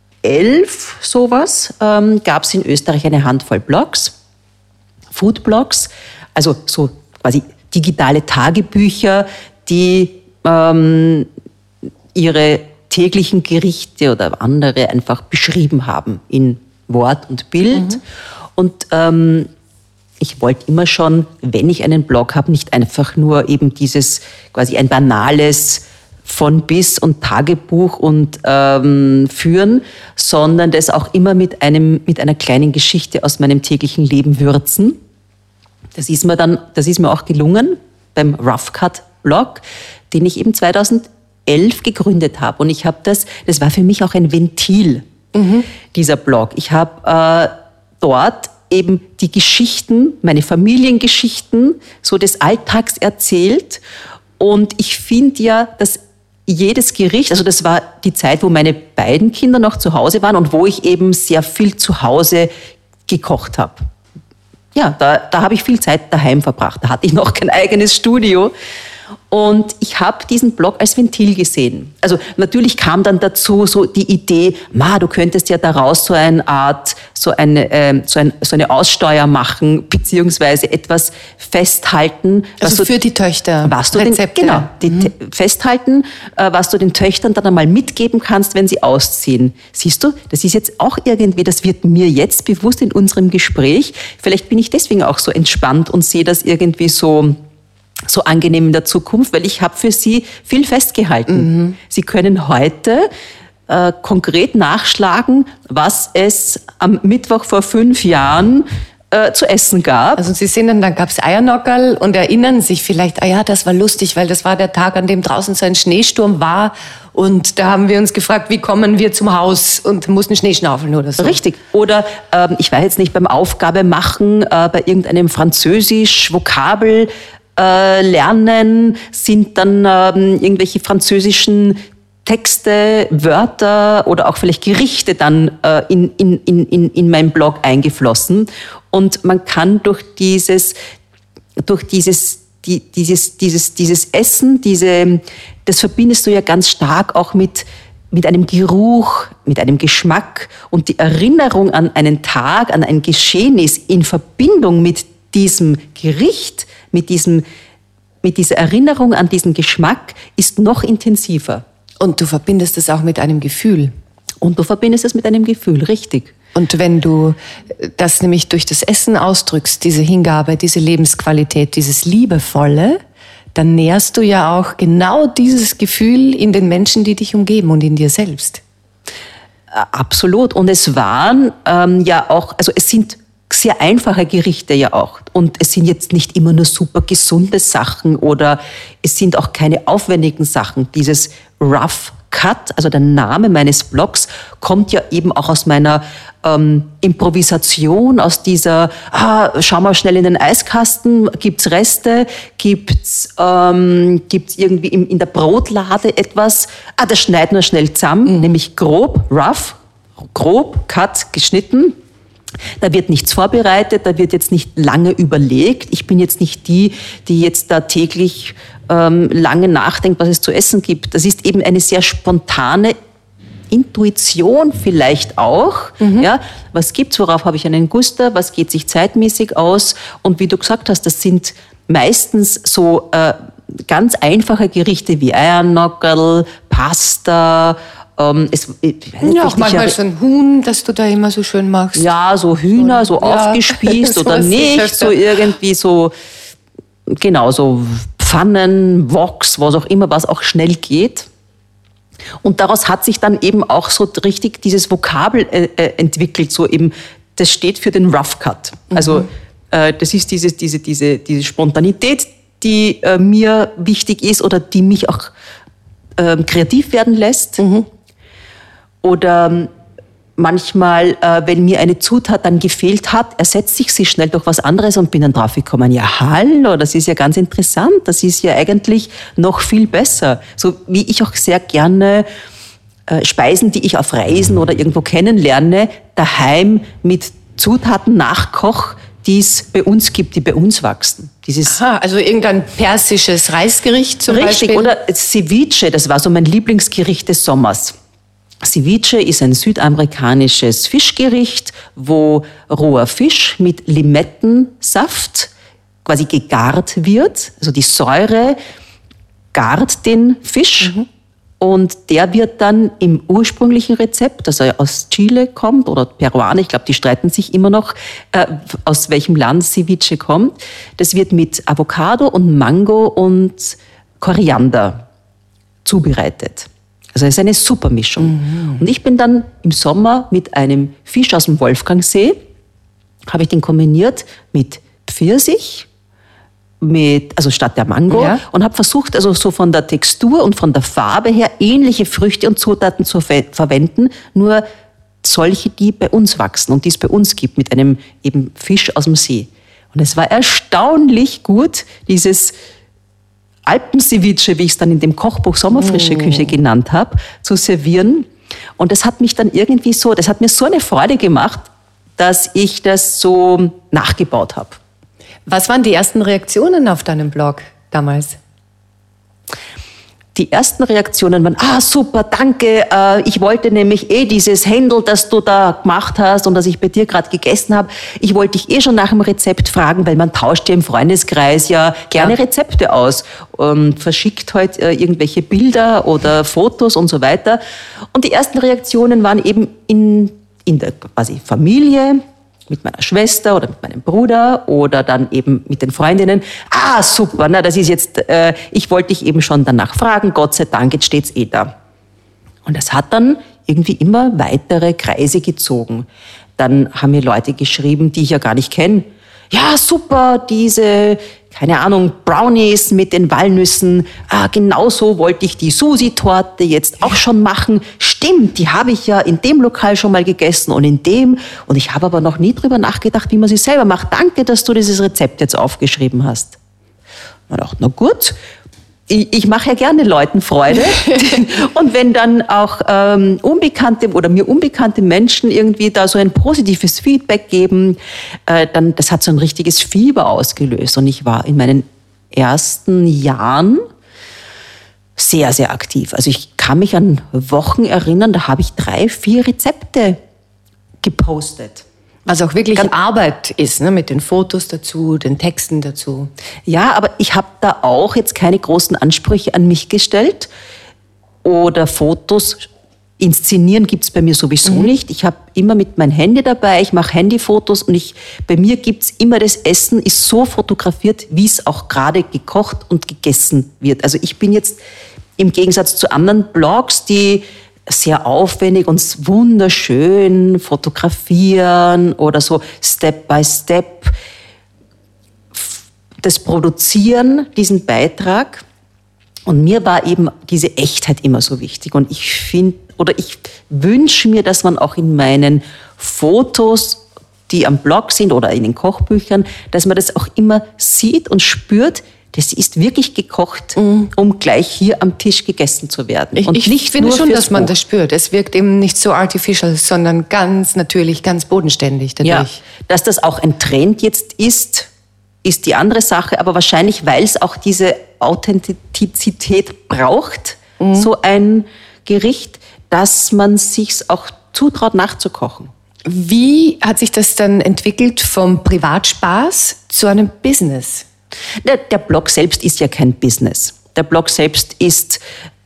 sowas gab es in Österreich eine Handvoll Blogs, Food-Blogs, also so quasi digitale Tagebücher, die ihre täglichen Gerichte oder andere einfach beschrieben haben in Wort und Bild. Und ich wollte immer schon, wenn ich einen Blog habe, nicht einfach nur eben dieses quasi ein banales von bis und Tagebuch und führen, sondern das auch immer mit einer kleinen Geschichte aus meinem täglichen Leben würzen. Das ist mir auch gelungen beim Rough Cut Blog, den ich eben 2011 gegründet habe. Und ich habe das war für mich auch ein Ventil, dieser Blog. Ich habe dort eben die Geschichten, meine Familiengeschichten, so des Alltags erzählt. Und ich finde ja, dass jedes Gericht, also das war die Zeit, wo meine beiden Kinder noch zu Hause waren und wo ich eben sehr viel zu Hause gekocht habe. Ja, da habe ich viel Zeit daheim verbracht. Da hatte ich noch kein eigenes Studio. Und ich habe diesen Blog als Ventil gesehen. Also natürlich kam dann dazu so die Idee, du könntest ja daraus so eine Aussteuer machen, beziehungsweise etwas festhalten. Also für die Töchter, was du Rezepte. Festhalten, was du den Töchtern dann einmal mitgeben kannst, wenn sie ausziehen. Siehst du, das ist jetzt auch irgendwie, das wird mir jetzt bewusst in unserem Gespräch. Vielleicht bin ich deswegen auch so entspannt und sehe das irgendwie so angenehm in der Zukunft, weil ich habe für Sie viel festgehalten. Sie können heute konkret nachschlagen, was es am Mittwoch vor 5 Jahren zu essen gab. Also Sie sehen dann gab es Eiernockerl und erinnern sich vielleicht, das war lustig, weil das war der Tag, an dem draußen so ein Schneesturm war und da haben wir uns gefragt, wie kommen wir zum Haus und mussten Schnee schnaufeln oder so. Richtig. Oder ich weiß jetzt nicht, beim Aufgabe machen, bei irgendeinem Französisch Vokabel lernen, sind dann irgendwelche französischen Texte, Wörter oder auch vielleicht Gerichte dann in meinen Blog eingeflossen. Und man kann durch dieses Essen, das verbindest du ja ganz stark auch mit einem Geruch, mit einem Geschmack und die Erinnerung an einen Tag, an ein Geschehnis in Verbindung mit diesem Gericht, mit dieser Erinnerung an diesen Geschmack ist noch intensiver. Und du verbindest es auch mit einem Gefühl. Und du verbindest es mit einem Gefühl, richtig. Und wenn du das nämlich durch das Essen ausdrückst, diese Hingabe, diese Lebensqualität, dieses Liebevolle, dann nährst du ja auch genau dieses Gefühl in den Menschen, die dich umgeben und in dir selbst. Absolut. Und es waren es sind sehr einfache Gerichte ja auch. Und es sind jetzt nicht immer nur super gesunde Sachen oder es sind auch keine aufwendigen Sachen. Dieses Rough Cut, also der Name meines Blogs, kommt ja eben auch aus meiner Improvisation, aus dieser, schau mal schnell in den Eiskasten, gibt's Reste, gibt's irgendwie in der Brotlade etwas, das schneiden wir schnell zusammen, nämlich grob, cut, geschnitten. Da wird nichts vorbereitet, da wird jetzt nicht lange überlegt. Ich bin jetzt nicht die jetzt da täglich lange nachdenkt, was es zu essen gibt. Das ist eben eine sehr spontane Intuition vielleicht auch. Ja, was gibt's, worauf habe ich einen Guster, was geht sich zeitmäßig aus? Und wie du gesagt hast, das sind meistens so ganz einfache Gerichte wie Eiernockerl, Pasta, Ja, auch manchmal so ein Huhn, das du da immer so schön machst. Ja, so Hühner, so aufgespießt so oder nicht, so irgendwie so, genau, so Pfannen, Woks, was auch immer, was auch schnell geht. Und daraus hat sich dann eben auch so richtig dieses Vokabel entwickelt, so eben, das steht für den Rough Cut. Also das ist diese Spontanität, die mir wichtig ist oder die mich auch kreativ werden lässt. Oder manchmal, wenn mir eine Zutat dann gefehlt hat, ersetze ich sie schnell durch was anderes und bin dann draufgekommen, ja hallo, das ist ja ganz interessant, das ist ja eigentlich noch viel besser. So wie ich auch sehr gerne Speisen, die ich auf Reisen oder irgendwo kennenlerne, daheim mit Zutaten nachkoche, die es bei uns gibt, die bei uns wachsen. Also irgendein persisches Reisgericht zum Beispiel? Richtig, oder Ceviche, das war so mein Lieblingsgericht des Sommers. Ceviche ist ein südamerikanisches Fischgericht, wo roher Fisch mit Limettensaft quasi gegart wird. Also die Säure gart den Fisch und der wird dann im ursprünglichen Rezept, das aus Chile kommt oder Peruaner, ich glaube, die streiten sich immer noch, aus welchem Land Ceviche kommt. Das wird mit Avocado und Mango und Koriander zubereitet. Also es ist eine super Mischung. Und ich bin dann im Sommer mit einem Fisch aus dem Wolfgangsee, habe ich den kombiniert mit Pfirsich, also statt der Mango, und habe versucht, also so von der Textur und von der Farbe her ähnliche Früchte und Zutaten zu verwenden, nur solche, die bei uns wachsen und die es bei uns gibt, mit einem eben Fisch aus dem See. Und es war erstaunlich gut, dieses Alpenceviche, wie ich es dann in dem Kochbuch Sommerfrische Küche genannt habe, zu servieren. Und das hat mich dann irgendwie so, das hat mir so eine Freude gemacht, dass ich das so nachgebaut habe. Was waren die ersten Reaktionen auf deinem Blog damals? Die ersten Reaktionen waren, super, danke, ich wollte nämlich dieses Händel, das du da gemacht hast und das ich bei dir gerade gegessen habe, ich wollte dich schon nach dem Rezept fragen, weil man tauscht ja im Freundeskreis ja gerne Rezepte aus und verschickt halt irgendwelche Bilder oder Fotos und so weiter. Und die ersten Reaktionen waren eben in der quasi Familie, mit meiner Schwester oder mit meinem Bruder oder dann eben mit den Freundinnen. Super, das ist jetzt, ich wollte dich eben schon danach fragen, Gott sei Dank, jetzt steht's da. Und das hat dann irgendwie immer weitere Kreise gezogen. Dann haben mir Leute geschrieben, die ich ja gar nicht kenne. Ja, super, diese, keine Ahnung, Brownies mit den Walnüssen. Genauso wollte ich die Susi-Torte jetzt auch schon machen. Stimmt, die habe ich ja in dem Lokal schon mal gegessen und in dem. Und ich habe aber noch nie drüber nachgedacht, wie man sie selber macht. Danke, dass du dieses Rezept jetzt aufgeschrieben hast. Und ich dachte, na gut, ich mache ja gerne Leuten Freude. Und wenn dann auch unbekannte oder mir unbekannte Menschen irgendwie da so ein positives Feedback geben, dann das hat so ein richtiges Fieber ausgelöst. Und ich war in meinen ersten Jahren sehr, sehr aktiv. Also ich kann mich an Wochen erinnern, da habe ich 3, 4 Rezepte gepostet. Was auch wirklich Arbeit ist, ne? Mit den Fotos dazu, den Texten dazu. Ja, aber ich habe da auch jetzt keine großen Ansprüche an mich gestellt. Oder Fotos inszenieren gibt's bei mir sowieso nicht. Ich habe immer mit meinem Handy dabei, ich mache Handyfotos und bei mir gibt's immer das Essen, ist so fotografiert, wie es auch gerade gekocht und gegessen wird. Also ich bin jetzt im Gegensatz zu anderen Blogs, die sehr aufwendig und wunderschön fotografieren oder so Step by Step das Produzieren, diesen Beitrag. Und mir war eben diese Echtheit immer so wichtig. Und ich wünsche mir, dass man auch in meinen Fotos, die am Blog sind oder in den Kochbüchern, dass man das auch immer sieht und spürt, das ist wirklich gekocht, um gleich hier am Tisch gegessen zu werden. Ich finde schon, dass man das spürt. Es wirkt eben nicht so artificial, sondern ganz natürlich, ganz bodenständig dadurch. Ja, dass das auch ein Trend jetzt ist die andere Sache. Aber wahrscheinlich, weil es auch diese Authentizität braucht, so ein Gericht, dass man sich's auch zutraut, nachzukochen. Wie hat sich das dann entwickelt vom Privatspaß zu einem Business? Der Blog selbst ist ja kein Business. Der Blog selbst ist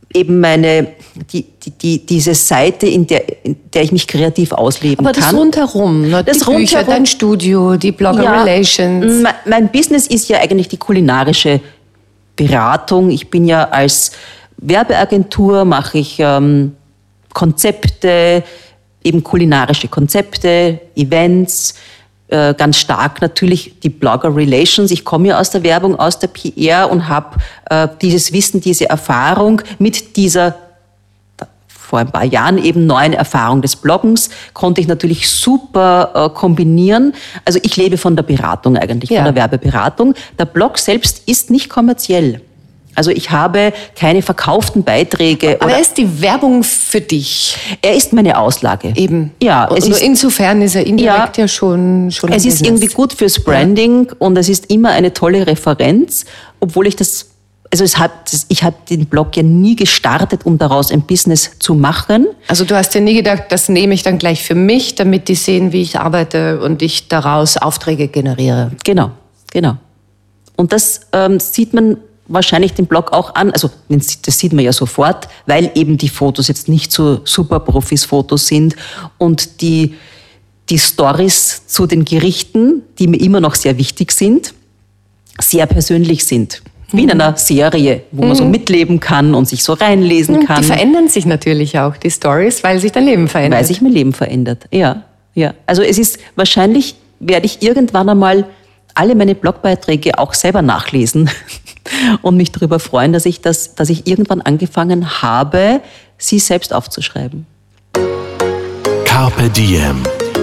eben diese Seite, in der ich mich kreativ ausleben kann. Aber das rundherum, ne? Das die Bücher, rundherum, dein Studio, die Blogger-Relations. Mein Business ist ja eigentlich die kulinarische Beratung. Ich bin ja als Werbeagentur, mache ich Konzepte, eben kulinarische Konzepte, Events, ganz stark natürlich die Blogger-Relations. Ich komme ja aus der Werbung, aus der PR und habe dieses Wissen, diese Erfahrung mit dieser vor ein paar Jahren eben neuen Erfahrung des Bloggens, konnte ich natürlich super kombinieren. Also ich lebe von der Beratung eigentlich, von der Werbeberatung. Der Blog selbst ist nicht kommerziell. Also ich habe keine verkauften Beiträge. Aber er ist die Werbung für dich. Er ist meine Auslage. Eben. Ja, es ist, insofern ist er indirekt ja schon es ist irgendwie gut fürs Branding und es ist immer eine tolle Referenz, obwohl ich ich habe den Blog ja nie gestartet, um daraus ein Business zu machen. Also du hast ja nie gedacht, das nehme ich dann gleich für mich, damit die sehen, wie ich arbeite und ich daraus Aufträge generiere. Genau. Und das sieht man wahrscheinlich den Blog auch an, also das sieht man ja sofort, weil eben die Fotos jetzt nicht so super Profis-Fotos sind und die Storys zu den Gerichten, die mir immer noch sehr wichtig sind, sehr persönlich sind. Wie in einer Serie, wo man so mitleben kann und sich so reinlesen kann. Die verändern sich natürlich auch, die Storys, weil sich dein Leben verändert. Weil sich mein Leben verändert, ja. Also wahrscheinlich werde ich irgendwann einmal alle meine Blogbeiträge auch selber nachlesen und mich darüber freuen, dass ich irgendwann angefangen habe, sie selbst aufzuschreiben. Carpe Diem.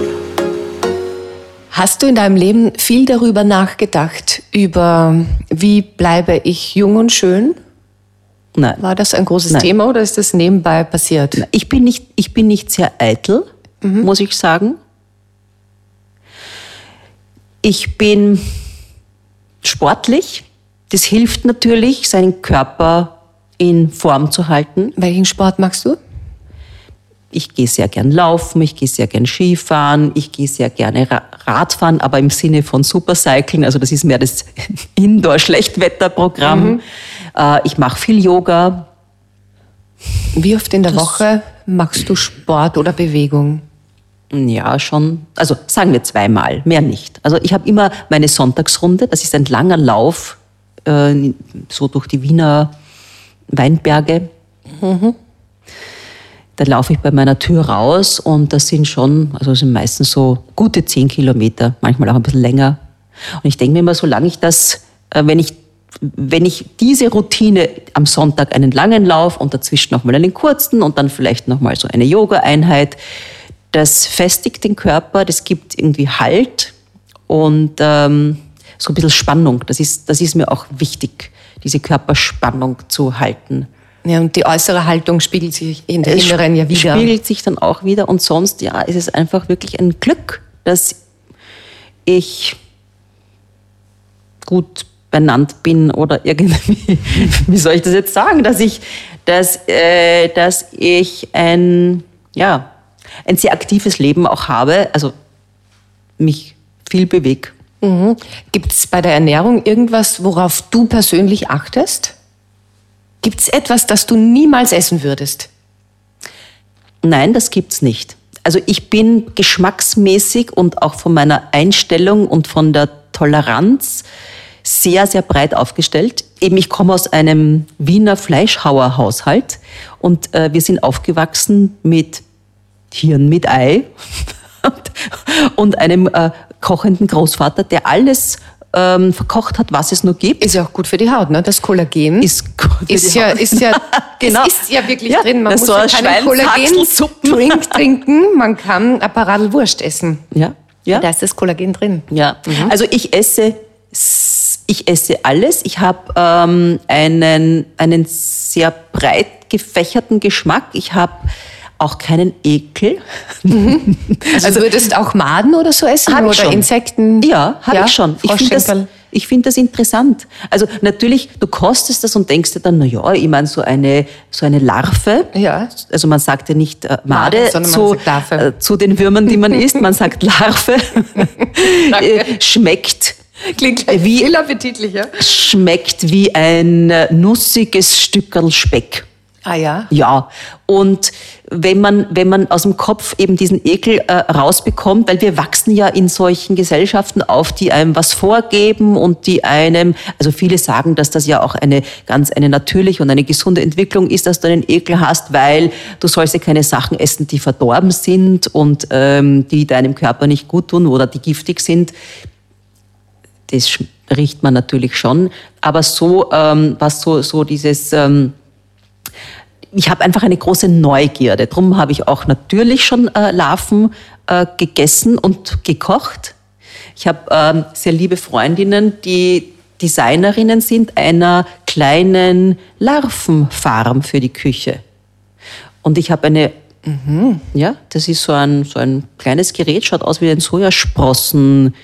Hast du in deinem Leben viel darüber nachgedacht, wie bleibe ich jung und schön? Nein. War das ein großes Thema oder ist das nebenbei passiert? Ich bin nicht sehr eitel, muss ich sagen. Ich bin sportlich. Das hilft natürlich, seinen Körper in Form zu halten. Welchen Sport magst du? Ich gehe sehr gern laufen, ich gehe sehr gern Skifahren, ich gehe sehr gerne Radfahren, aber im Sinne von Supercycling, also das ist mehr das Indoor-Schlechtwetterprogramm. Ich mache viel Yoga. Wie oft in der Woche machst du Sport oder Bewegung? Ja, schon. Also sagen wir 2-mal, mehr nicht. Also ich habe immer meine Sonntagsrunde, das ist ein langer Lauf, so durch die Wiener Weinberge. Da laufe ich bei meiner Tür raus und das sind meistens so gute 10 Kilometer, manchmal auch ein bisschen länger. Und ich denke mir immer, solange ich wenn ich diese Routine am Sonntag einen langen Lauf und dazwischen nochmal einen kurzen und dann vielleicht nochmal so eine Yoga-Einheit, das festigt den Körper, das gibt irgendwie Halt und so ein bisschen Spannung. Das ist mir auch wichtig, diese Körperspannung zu halten. Ja, und die äußere Haltung spiegelt sich in der inneren ja wieder. Spiegelt sich dann auch wieder und sonst, ist es einfach wirklich ein Glück, dass ich gut benannt bin oder irgendwie, wie soll ich das jetzt sagen, dass ich ein sehr aktives Leben auch habe, also mich viel bewege. Gibt es bei der Ernährung irgendwas, worauf du persönlich achtest? Gibt es etwas, das du niemals essen würdest? Nein, das gibt's nicht. Also ich bin geschmacksmäßig und auch von meiner Einstellung und von der Toleranz sehr, sehr breit aufgestellt. Eben, ich komme aus einem Wiener Fleischhauerhaushalt und wir sind aufgewachsen mit Hirn mit Ei und einem kochenden Großvater, der alles verkocht hat, was es nur gibt. Ist ja auch gut für die Haut, ne? Das Kollagen ist gut für die Haut. Genau. Es ist ja wirklich drin. Man muss so ja keinen Kollagen-Drink trinken, man kann ein Paradel Wurst essen. Ja. Da ist das Kollagen drin. Ja. Also ich esse alles. Ich habe einen sehr breit gefächerten Geschmack. Ich habe auch keinen Ekel. Also würdest auch Maden oder so essen? Hab ich oder schon. Insekten? Ja, habe ich schon. Ich finde das interessant. Also natürlich, du kostest das und denkst dir dann, ich meine so eine Larve. Ja. Also man sagt ja nicht Made sondern man sagt Larve. Zu den Würmern, die man isst. Man sagt Larve. Schmeckt. Klingt wie viel appetitlicher. Schmeckt wie ein nussiges Stückerl Speck. Ah ja? Ja, und wenn man aus dem Kopf eben diesen Ekel rausbekommt, weil wir wachsen ja in solchen Gesellschaften auf, die einem was vorgeben und die einem, also viele sagen, dass das ja auch eine natürliche und eine gesunde Entwicklung ist, dass du einen Ekel hast, weil du sollst ja keine Sachen essen, die verdorben sind und die deinem Körper nicht gut tun oder die giftig sind. Das riecht man natürlich schon, aber so was so dieses ich habe einfach eine große Neugierde. Drum habe ich auch natürlich schon Larven gegessen und gekocht. Ich habe sehr liebe Freundinnen, die Designerinnen sind einer kleinen Larvenfarm für die Küche. Und ich habe eine, ja, das ist so ein kleines Gerät, schaut aus wie ein Sojasprossenkastel.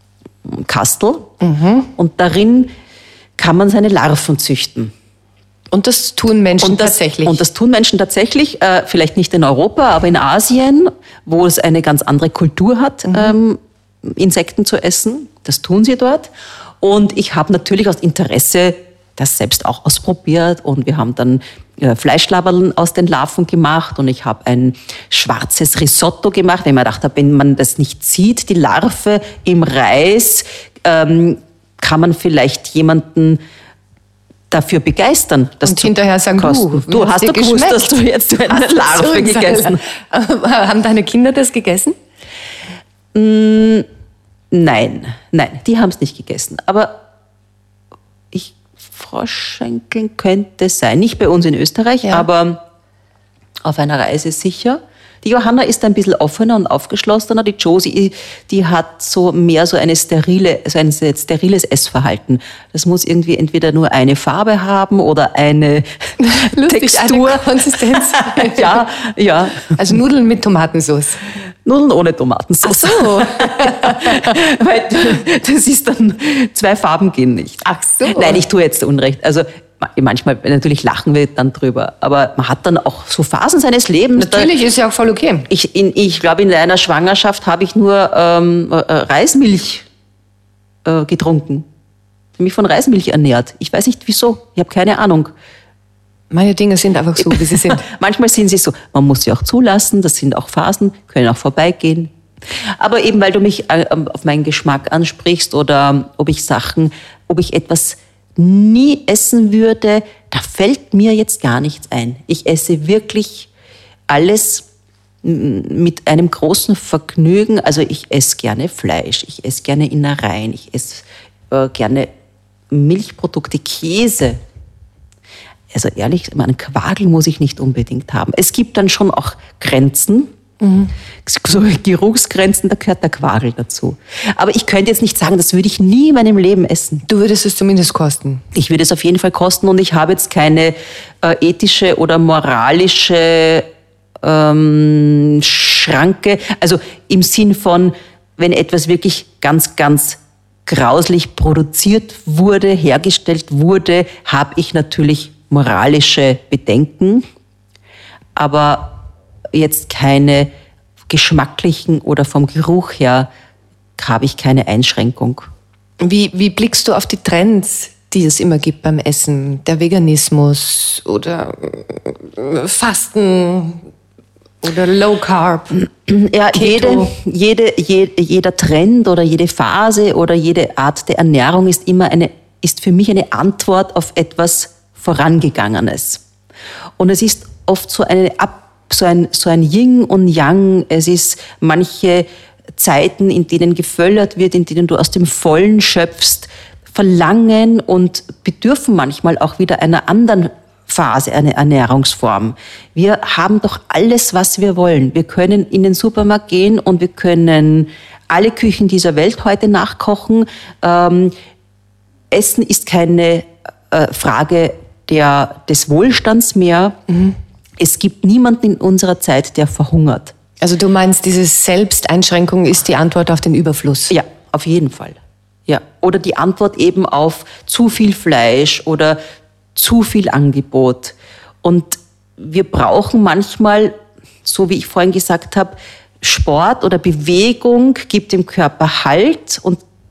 Und darin kann man seine Larven züchten. Und das tun Menschen tatsächlich? Und das tun Menschen tatsächlich, vielleicht nicht in Europa, aber in Asien, wo es eine ganz andere Kultur hat, Insekten zu essen. Das tun sie dort. Und ich habe natürlich aus Interesse das selbst auch ausprobiert. Und wir haben dann Fleischlaberln aus den Larven gemacht. Und ich habe ein schwarzes Risotto gemacht, weil ich mir gedacht habe, wenn man das nicht sieht, die Larve im Reis, kann man vielleicht jemanden dafür begeistern, das und zu hinterher sagen, kosten. Du hast doch gewusst, dass du jetzt eine Larve gegessen hast. Haben deine Kinder das gegessen? Nein, die haben es nicht gegessen. Aber Froschschenkeln könnte sein. Nicht bei uns in Österreich, aber auf einer Reise sicher. Die Johanna ist ein bisschen offener und aufgeschlossener. Die Josie, die hat so mehr so ein steriles Essverhalten. Das muss irgendwie entweder nur eine Farbe haben oder eine Textur. Eine Konsistenz. Ja. Also Nudeln mit Tomatensauce. Nudeln ohne Tomatensauce. Ach so. Weil das ist dann, 2 Farben gehen nicht. Ach so. Nein, ich tue jetzt Unrecht. Also manchmal natürlich lachen wir dann drüber, aber man hat dann auch so Phasen seines Lebens. Natürlich, ist ja auch voll okay. Ich glaube, in einer Schwangerschaft habe ich nur Reismilch getrunken. Ich habe mich von Reismilch ernährt. Ich weiß nicht wieso, ich habe keine Ahnung. Meine Dinge sind einfach so, wie sie sind. Manchmal sind sie so. Man muss sie auch zulassen, das sind auch Phasen, können auch vorbeigehen. Aber eben, weil du mich auf meinen Geschmack ansprichst oder ob ich etwas nie essen würde, da fällt mir jetzt gar nichts ein. Ich esse wirklich alles mit einem großen Vergnügen. Also ich esse gerne Fleisch, ich esse gerne Innereien, ich esse gerne Milchprodukte, Käse. Also ehrlich, einen Quadel muss ich nicht unbedingt haben. Es gibt dann schon auch Grenzen, so Geruchsgrenzen, da gehört der Quadel dazu. Aber ich könnte jetzt nicht sagen, das würde ich nie in meinem Leben essen. Du würdest es zumindest kosten? Ich würde es auf jeden Fall kosten und ich habe jetzt keine ethische oder moralische Schranke. Also im Sinn von, wenn etwas wirklich ganz, ganz grauslich produziert wurde, hergestellt wurde, habe ich natürlich moralische Bedenken, aber jetzt keine geschmacklichen oder vom Geruch her habe ich keine Einschränkung. Wie blickst du auf die Trends, die es immer gibt beim Essen? Der Veganismus oder Fasten oder Low Carb? Ja, Keto. jeder Trend oder jede Phase oder jede Art der Ernährung ist für mich eine Antwort auf etwas Vorangegangenes. Und es ist oft so ein Yin und Yang. Es ist manche Zeiten, in denen geföllert wird, in denen du aus dem Vollen schöpfst, verlangen und bedürfen manchmal auch wieder einer anderen Phase, eine Ernährungsform. Wir haben doch alles, was wir wollen. Wir können in den Supermarkt gehen und wir können alle Küchen dieser Welt heute nachkochen. Essen ist keine Frage des Wohlstands mehr. Es gibt niemanden in unserer Zeit, der verhungert. Also du meinst, diese Selbsteinschränkung ist die Antwort auf den Überfluss? Ja, auf jeden Fall. Ja. Oder die Antwort eben auf zu viel Fleisch oder zu viel Angebot. Und wir brauchen manchmal, so wie ich vorhin gesagt habe, Sport oder Bewegung gibt dem Körper Halt und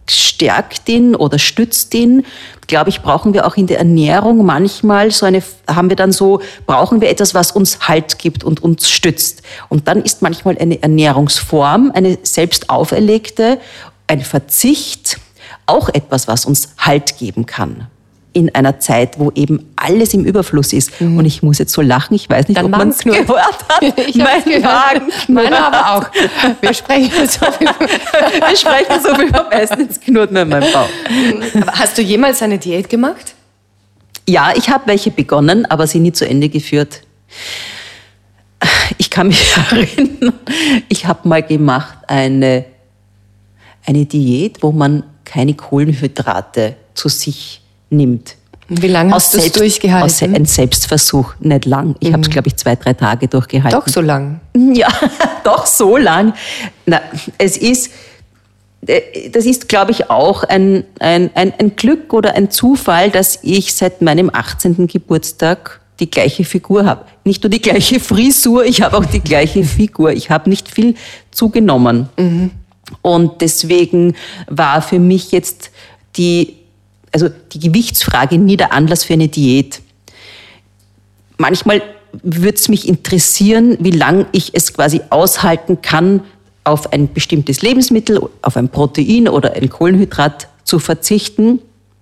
stärkt ihn oder stützt ihn. Glaube ich, brauchen wir auch in der Ernährung manchmal brauchen wir etwas, was uns Halt gibt und uns stützt. Und dann ist manchmal eine Ernährungsform, eine selbst auferlegte, ein Verzicht, auch etwas, was uns Halt geben kann. In einer Zeit, wo eben alles im Überfluss ist. Und ich muss jetzt so lachen, ich weiß nicht, ob man es gehört hat. Mein Magen. Meiner aber auch. Wir sprechen so viel vom Essen, es knurrt mir in meinem Bauch. Aber hast du jemals eine Diät gemacht? Ja, ich habe welche begonnen, aber sie nie zu Ende geführt. Ich kann mich erinnern, ich habe mal gemacht eine Diät, wo man keine Kohlenhydrate zu sich nimmt. Wie lange hast du es durchgehalten? Ein Selbstversuch, nicht lang. Ich habe es, glaube ich, 2-3 Tage durchgehalten. Doch so lang? Ja, doch so lang. Na, das ist, glaube ich, auch ein Glück oder ein Zufall, dass ich seit meinem 18. Geburtstag die gleiche Figur habe. Nicht nur die gleiche Frisur, ich habe auch die gleiche Figur. Ich habe nicht viel zugenommen. Und deswegen war für mich jetzt die Gewichtsfrage nie der Anlass für eine Diät. Manchmal würde es mich interessieren, wie lange ich es quasi aushalten kann, auf ein bestimmtes Lebensmittel, auf ein Protein oder ein Kohlenhydrat zu verzichten.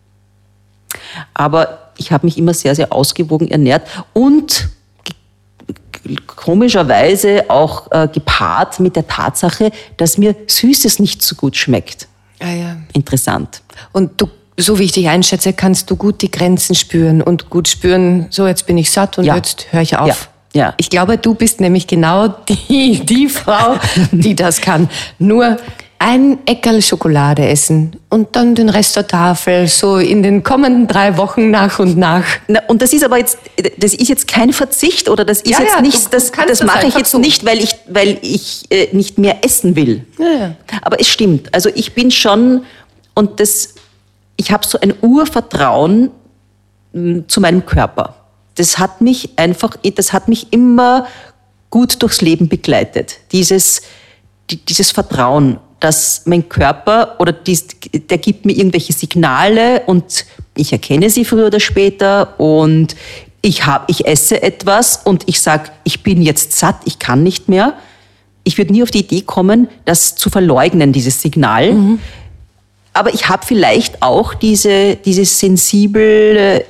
Aber ich habe mich immer sehr, sehr ausgewogen ernährt und komischerweise auch gepaart mit der Tatsache, dass mir Süßes nicht so gut schmeckt. Ah ja. Interessant. Und so wie ich dich einschätze, kannst du gut die Grenzen spüren und gut spüren, so jetzt bin ich satt und jetzt höre ich auf. Ja. Ich glaube, du bist nämlich genau die Frau, die das kann. Nur ein Eckerl Schokolade essen und dann den Rest der Tafel, so in den kommenden 3 Wochen nach und nach. Na, und das ist jetzt kein Verzicht oder das ist jetzt nicht, das mache ich jetzt so. Nicht, weil ich nicht mehr essen will. Ja. Aber es stimmt. Also ich bin schon, ich habe so ein Urvertrauen zu meinem Körper. Das hat mich immer gut durchs Leben begleitet. Dieses Vertrauen, dass mein Körper der gibt mir irgendwelche Signale und ich erkenne sie früher oder später und ich esse etwas und ich sage, ich bin jetzt satt, ich kann nicht mehr. Ich würde nie auf die Idee kommen, das zu verleugnen, dieses Signal. Aber ich habe vielleicht auch dieses sensible,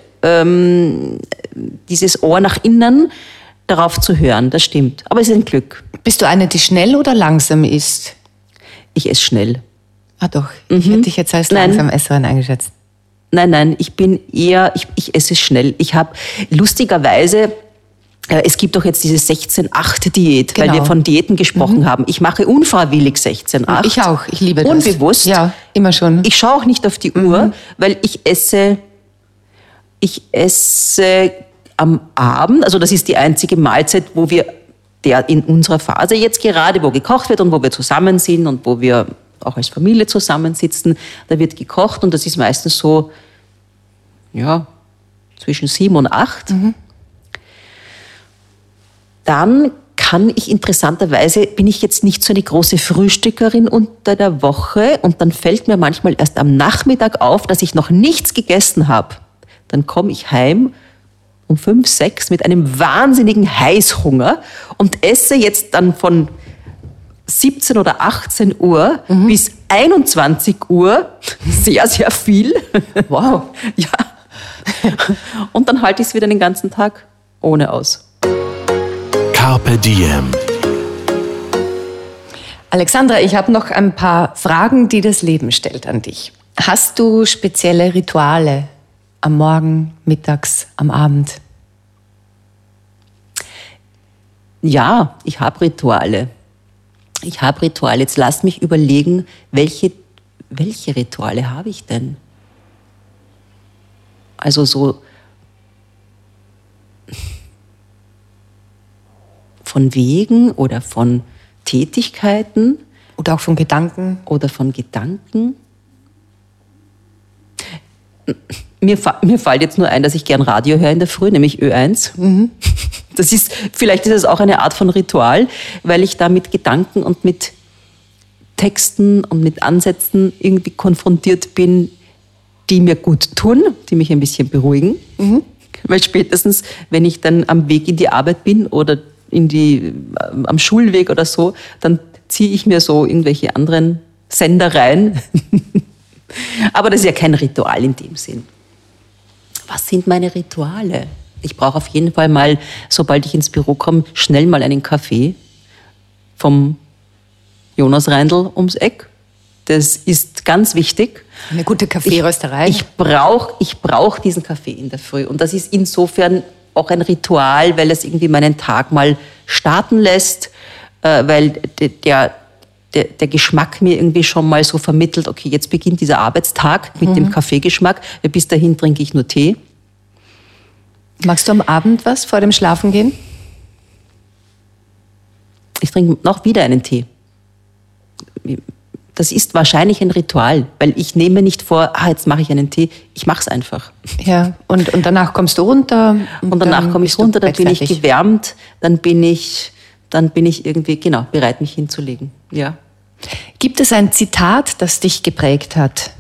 dieses Ohr nach innen, darauf zu hören. Das stimmt. Aber es ist ein Glück. Bist du eine, die schnell oder langsam isst? Ich esse schnell. Ah doch, ich hätte dich jetzt als langsam Esserin eingeschätzt. Nein, ich bin eher, ich esse schnell. Ich habe lustigerweise, es gibt doch jetzt diese 16-8-Diät, Genau. weil wir von Diäten gesprochen haben. Ich mache unfreiwillig 16-8. Ich auch, ich liebe das. Unbewusst. Ja, immer schon. Ich schaue auch nicht auf die Uhr, weil ich esse am Abend, also das ist die einzige Mahlzeit, wo wir in unserer Phase jetzt gerade, wo gekocht wird und wo wir zusammen sind und wo wir auch als Familie zusammensitzen, da wird gekocht und das ist meistens so, ja, zwischen 7 und 8. Dann bin ich jetzt nicht so eine große Frühstückerin unter der Woche und dann fällt mir manchmal erst am Nachmittag auf, dass ich noch nichts gegessen habe. Dann komme ich heim um 5, 6 mit einem wahnsinnigen Heißhunger und esse jetzt dann von 17 oder 18 Uhr bis 21 Uhr sehr, sehr viel. Wow. Ja. Und dann halte ich es wieder den ganzen Tag ohne aus. Carpe Diem. Alexandra, ich habe noch ein paar Fragen, die das Leben stellt an dich. Hast du spezielle Rituale am Morgen, mittags, am Abend? Ja, ich habe Rituale. Jetzt lass mich überlegen, welche Rituale habe ich denn? Also so von Wegen oder von Tätigkeiten. Oder auch von Gedanken? Oder von Gedanken. Mir fällt jetzt nur ein, dass ich gern Radio höre in der Früh, nämlich Ö1. Vielleicht ist es auch eine Art von Ritual, weil ich da mit Gedanken und mit Texten und mit Ansätzen irgendwie konfrontiert bin, die mir gut tun, die mich ein bisschen beruhigen. Weil spätestens, wenn ich dann am Weg in die Arbeit bin oder am Schulweg oder so, dann ziehe ich mir so irgendwelche anderen Sender rein. Aber das ist ja kein Ritual in dem Sinn. Was sind meine Rituale? Ich brauche auf jeden Fall mal, sobald ich ins Büro komme, schnell mal einen Kaffee vom Jonas Reindl ums Eck. Das ist ganz wichtig. Eine gute Kaffeerösterei. Ich brauch diesen Kaffee in der Früh. Und das ist insofern auch ein Ritual, weil es irgendwie meinen Tag mal starten lässt, weil der Geschmack mir irgendwie schon mal so vermittelt, okay, jetzt beginnt dieser Arbeitstag mit dem Kaffeegeschmack. Bis dahin trinke ich nur Tee. Magst du am Abend was vor dem Schlafengehen? Ich trinke noch wieder einen Tee. Das ist wahrscheinlich ein Ritual, weil ich nehme nicht vor, jetzt mache ich einen Tee, ich mache es einfach. Ja, und danach kommst du runter? Und danach komme ich runter, dann bin ich gewärmt, dann bin ich irgendwie, bereit, mich hinzulegen. Ja. Gibt es ein Zitat, das dich geprägt hat?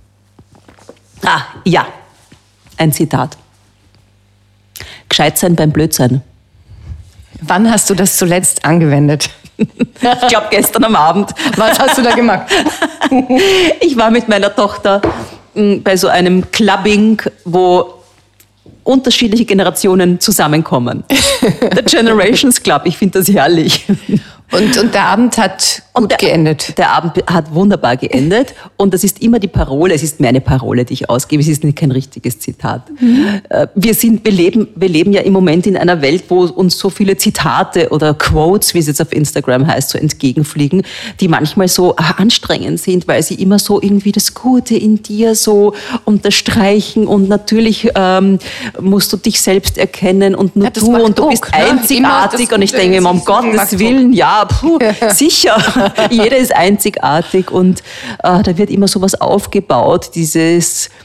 Ja, ein Zitat. Gescheit sein beim Blödsein. Wann hast du das zuletzt angewendet? Ich glaube, gestern am Abend. Was hast du da gemacht? Ich war mit meiner Tochter bei so einem Clubbing, wo unterschiedliche Generationen zusammenkommen. Der Generations Club, ich finde das herrlich. Und der Abend hat gut geendet. Der Abend hat wunderbar geendet und das ist immer die Parole, es ist meine Parole, die ich ausgebe, es ist nicht kein richtiges Zitat. Wir leben ja im Moment in einer Welt, wo uns so viele Zitate oder Quotes, wie es jetzt auf Instagram heißt, so entgegenfliegen, die manchmal so anstrengend sind, weil sie immer so irgendwie das Gute in dir so unterstreichen und natürlich musst du dich selbst erkennen und nur du und du bist einzigartig und ich denke mir, um Gottes Willen, sicher, jeder ist einzigartig und da wird immer sowas aufgebaut, diese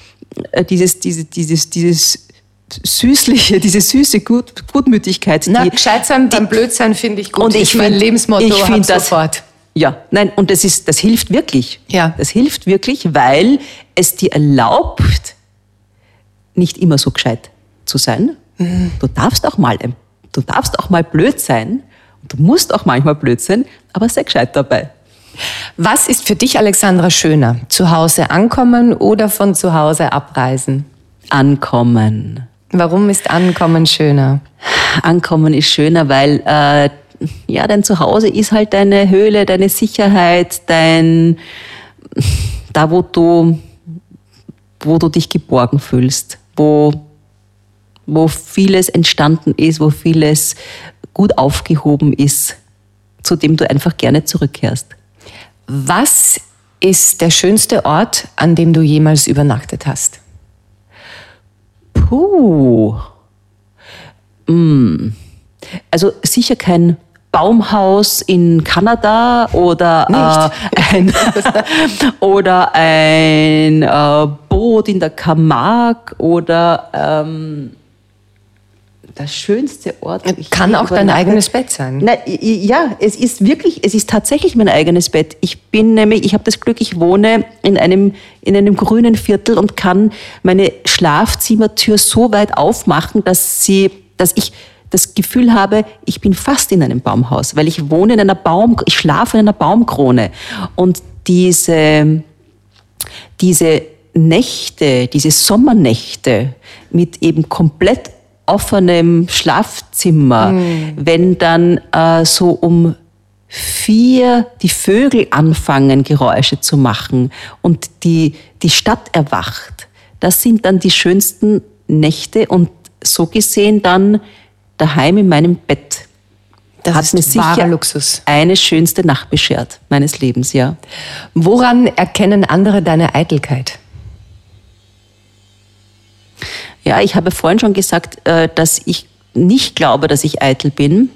süße Gutmütigkeit. Gescheit sein beim Blödsein finde ich gut. Und ich mein Lebensmotto das sofort. Ja, nein, und das hilft wirklich. Ja. Das hilft wirklich, weil es dir erlaubt, nicht immer so gescheit zu sein. Du darfst auch mal blöd sein. Du musst auch manchmal blöd sein, aber sei gescheit dabei. Was ist für dich, Alexandra, schöner? Zu Hause ankommen oder von zu Hause abreisen? Ankommen. Warum ist Ankommen schöner? Ankommen ist schöner, weil dein Zuhause ist halt deine Höhle, deine Sicherheit, da wo du dich geborgen fühlst, wo vieles entstanden ist, wo vieles gut aufgehoben ist, zu dem du einfach gerne zurückkehrst. Was ist der schönste Ort, an dem du jemals übernachtet hast? Also sicher kein Baumhaus in Kanada oder ein Boot in der Camargue oder der schönste Ort. Kann auch dein eigenes Bett sein. Nein, ja, es ist tatsächlich mein eigenes Bett. Ich habe das Glück, ich wohne in einem grünen Viertel und kann meine Schlafzimmertür so weit aufmachen, dass ich das Gefühl habe, ich bin fast in einem Baumhaus, weil ich schlafe in einer Baumkrone. Und diese Nächte, diese Sommernächte mit eben komplett offenem Schlafzimmer, wenn dann so um 4 die Vögel anfangen, Geräusche zu machen und die Stadt erwacht, das sind dann die schönsten Nächte und so gesehen dann daheim in meinem Bett. Das hat mir sicher Luxus. Eine schönste Nacht beschert meines Lebens, ja. Woran erkennen andere deine Eitelkeit? Ja, ich habe vorhin schon gesagt, dass ich nicht glaube, dass ich eitel bin.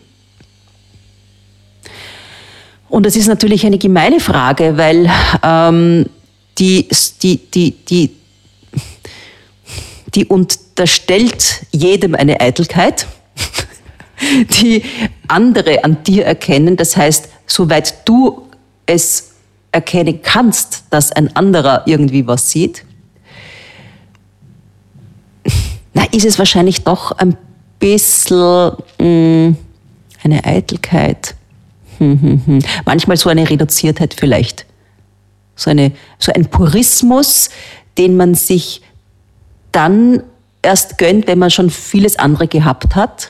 Und das ist natürlich eine gemeine Frage, weil die unterstellt jedem eine Eitelkeit, die andere an dir erkennen. Das heißt, soweit du es erkennen kannst, dass ein anderer irgendwie was sieht, ist es wahrscheinlich doch ein bisschen eine Eitelkeit. Manchmal so eine Reduziertheit vielleicht. So ein Purismus, den man sich dann erst gönnt, wenn man schon vieles andere gehabt hat.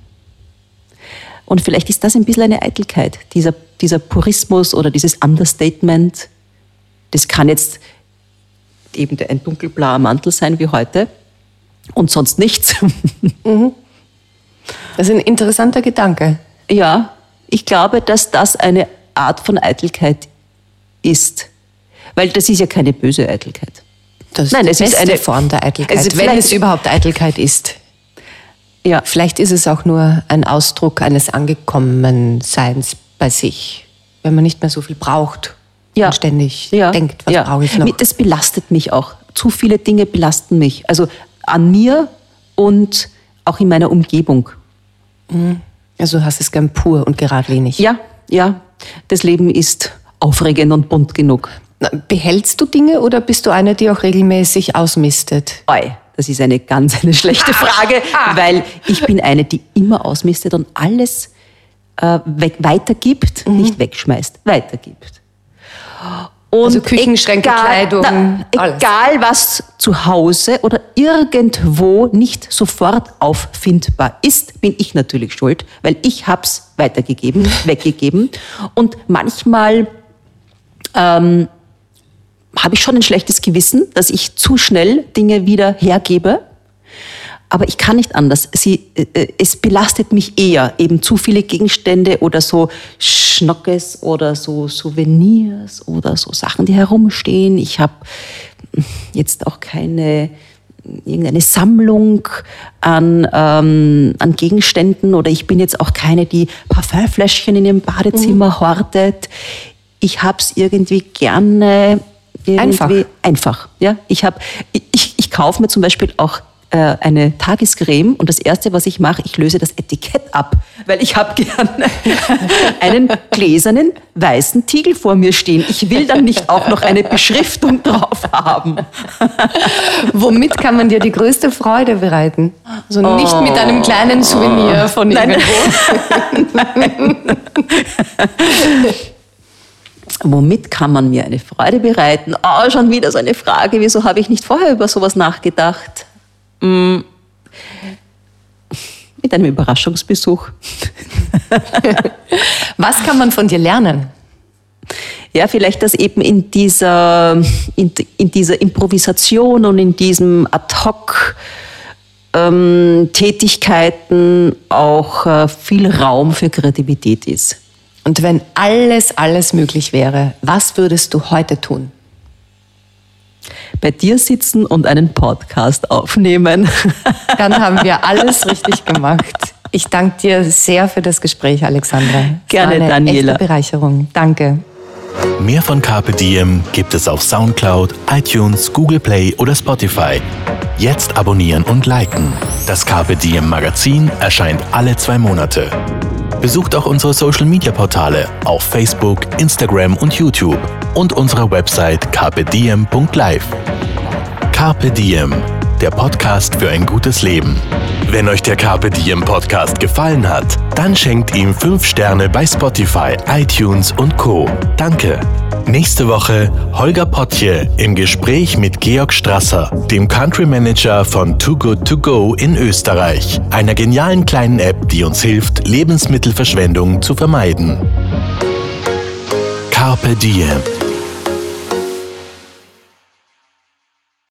Und vielleicht ist das ein bisschen eine Eitelkeit, dieser Purismus oder dieses Understatement. Das kann jetzt eben ein dunkelblauer Mantel sein wie heute und sonst nichts. Das ist ein interessanter Gedanke. Ja, ich glaube, dass das eine Art von Eitelkeit ist. Weil das ist ja keine böse Eitelkeit. Das ist die beste Form der Eitelkeit, wenn es überhaupt Eitelkeit ist. Ja. Vielleicht ist es auch nur ein Ausdruck eines Angekommenseins bei sich, wenn man nicht mehr so viel braucht und ständig denkt, was brauche ich noch. Das belastet mich auch. Zu viele Dinge belasten mich. Also an mir und auch in meiner Umgebung. Also du hast es gern pur und geradlinig. Ja. Das Leben ist aufregend und bunt genug. Behältst du Dinge oder bist du eine, die auch regelmäßig ausmistet? Das ist eine schlechte Frage, weil ich bin eine, die immer ausmistet und alles weitergibt, nicht wegschmeißt, weitergibt. Und also Küchenschränke, Kleidung, alles. Egal was zu Hause oder irgendwo nicht sofort auffindbar ist, bin ich natürlich schuld, weil ich hab's weggegeben. Und manchmal habe ich schon ein schlechtes Gewissen, dass ich zu schnell Dinge wieder hergebe. Aber ich kann nicht anders. Es belastet mich eher, eben zu viele Gegenstände oder so Schnockes oder so Souvenirs oder so Sachen, die herumstehen. Ich habe jetzt auch irgendeine Sammlung an Gegenständen oder ich bin jetzt auch keine, die Parfümfläschchen in ihrem Badezimmer hortet. Ich habe es irgendwie gerne einfach. Ja, ich kaufe mir zum Beispiel auch eine Tagescreme und das Erste, was ich mache, ich löse das Etikett ab, weil ich habe gerne einen gläsernen weißen Tiegel vor mir stehen. Ich will dann nicht auch noch eine Beschriftung drauf haben. Womit kann man dir die größte Freude bereiten? Also nicht mit einem kleinen Souvenir von irgendwo. Nein. Womit kann man mir eine Freude bereiten? Schon wieder so eine Frage. Wieso habe ich nicht vorher über sowas nachgedacht? Mit einem Überraschungsbesuch. Was kann man von dir lernen? Ja, vielleicht, dass eben in dieser Improvisation und in diesem Ad-hoc Tätigkeiten auch viel Raum für Kreativität ist. Und wenn alles möglich wäre, was würdest du heute tun? Bei dir sitzen und einen Podcast aufnehmen. Dann haben wir alles richtig gemacht. Ich danke dir sehr für das Gespräch, Alexandra. Gerne, Daniela. Echte Bereicherung. Danke. Mehr von Carpe Diem gibt es auf Soundcloud, iTunes, Google Play oder Spotify. Jetzt abonnieren und liken. Das Carpe Diem Magazin erscheint alle 2 Monate. Besucht auch unsere Social-Media-Portale auf Facebook, Instagram und YouTube und unsere Website carpediem.live. Carpe Diem, der Podcast für ein gutes Leben. Wenn euch der Carpe Diem Podcast gefallen hat, dann schenkt ihm 5 Sterne bei Spotify, iTunes und Co. Danke. Nächste Woche Holger Potje im Gespräch mit Georg Strasser, dem Country Manager von Too Good To Go in Österreich, einer genialen kleinen App, die uns hilft, Lebensmittelverschwendung zu vermeiden. Carpe Diem.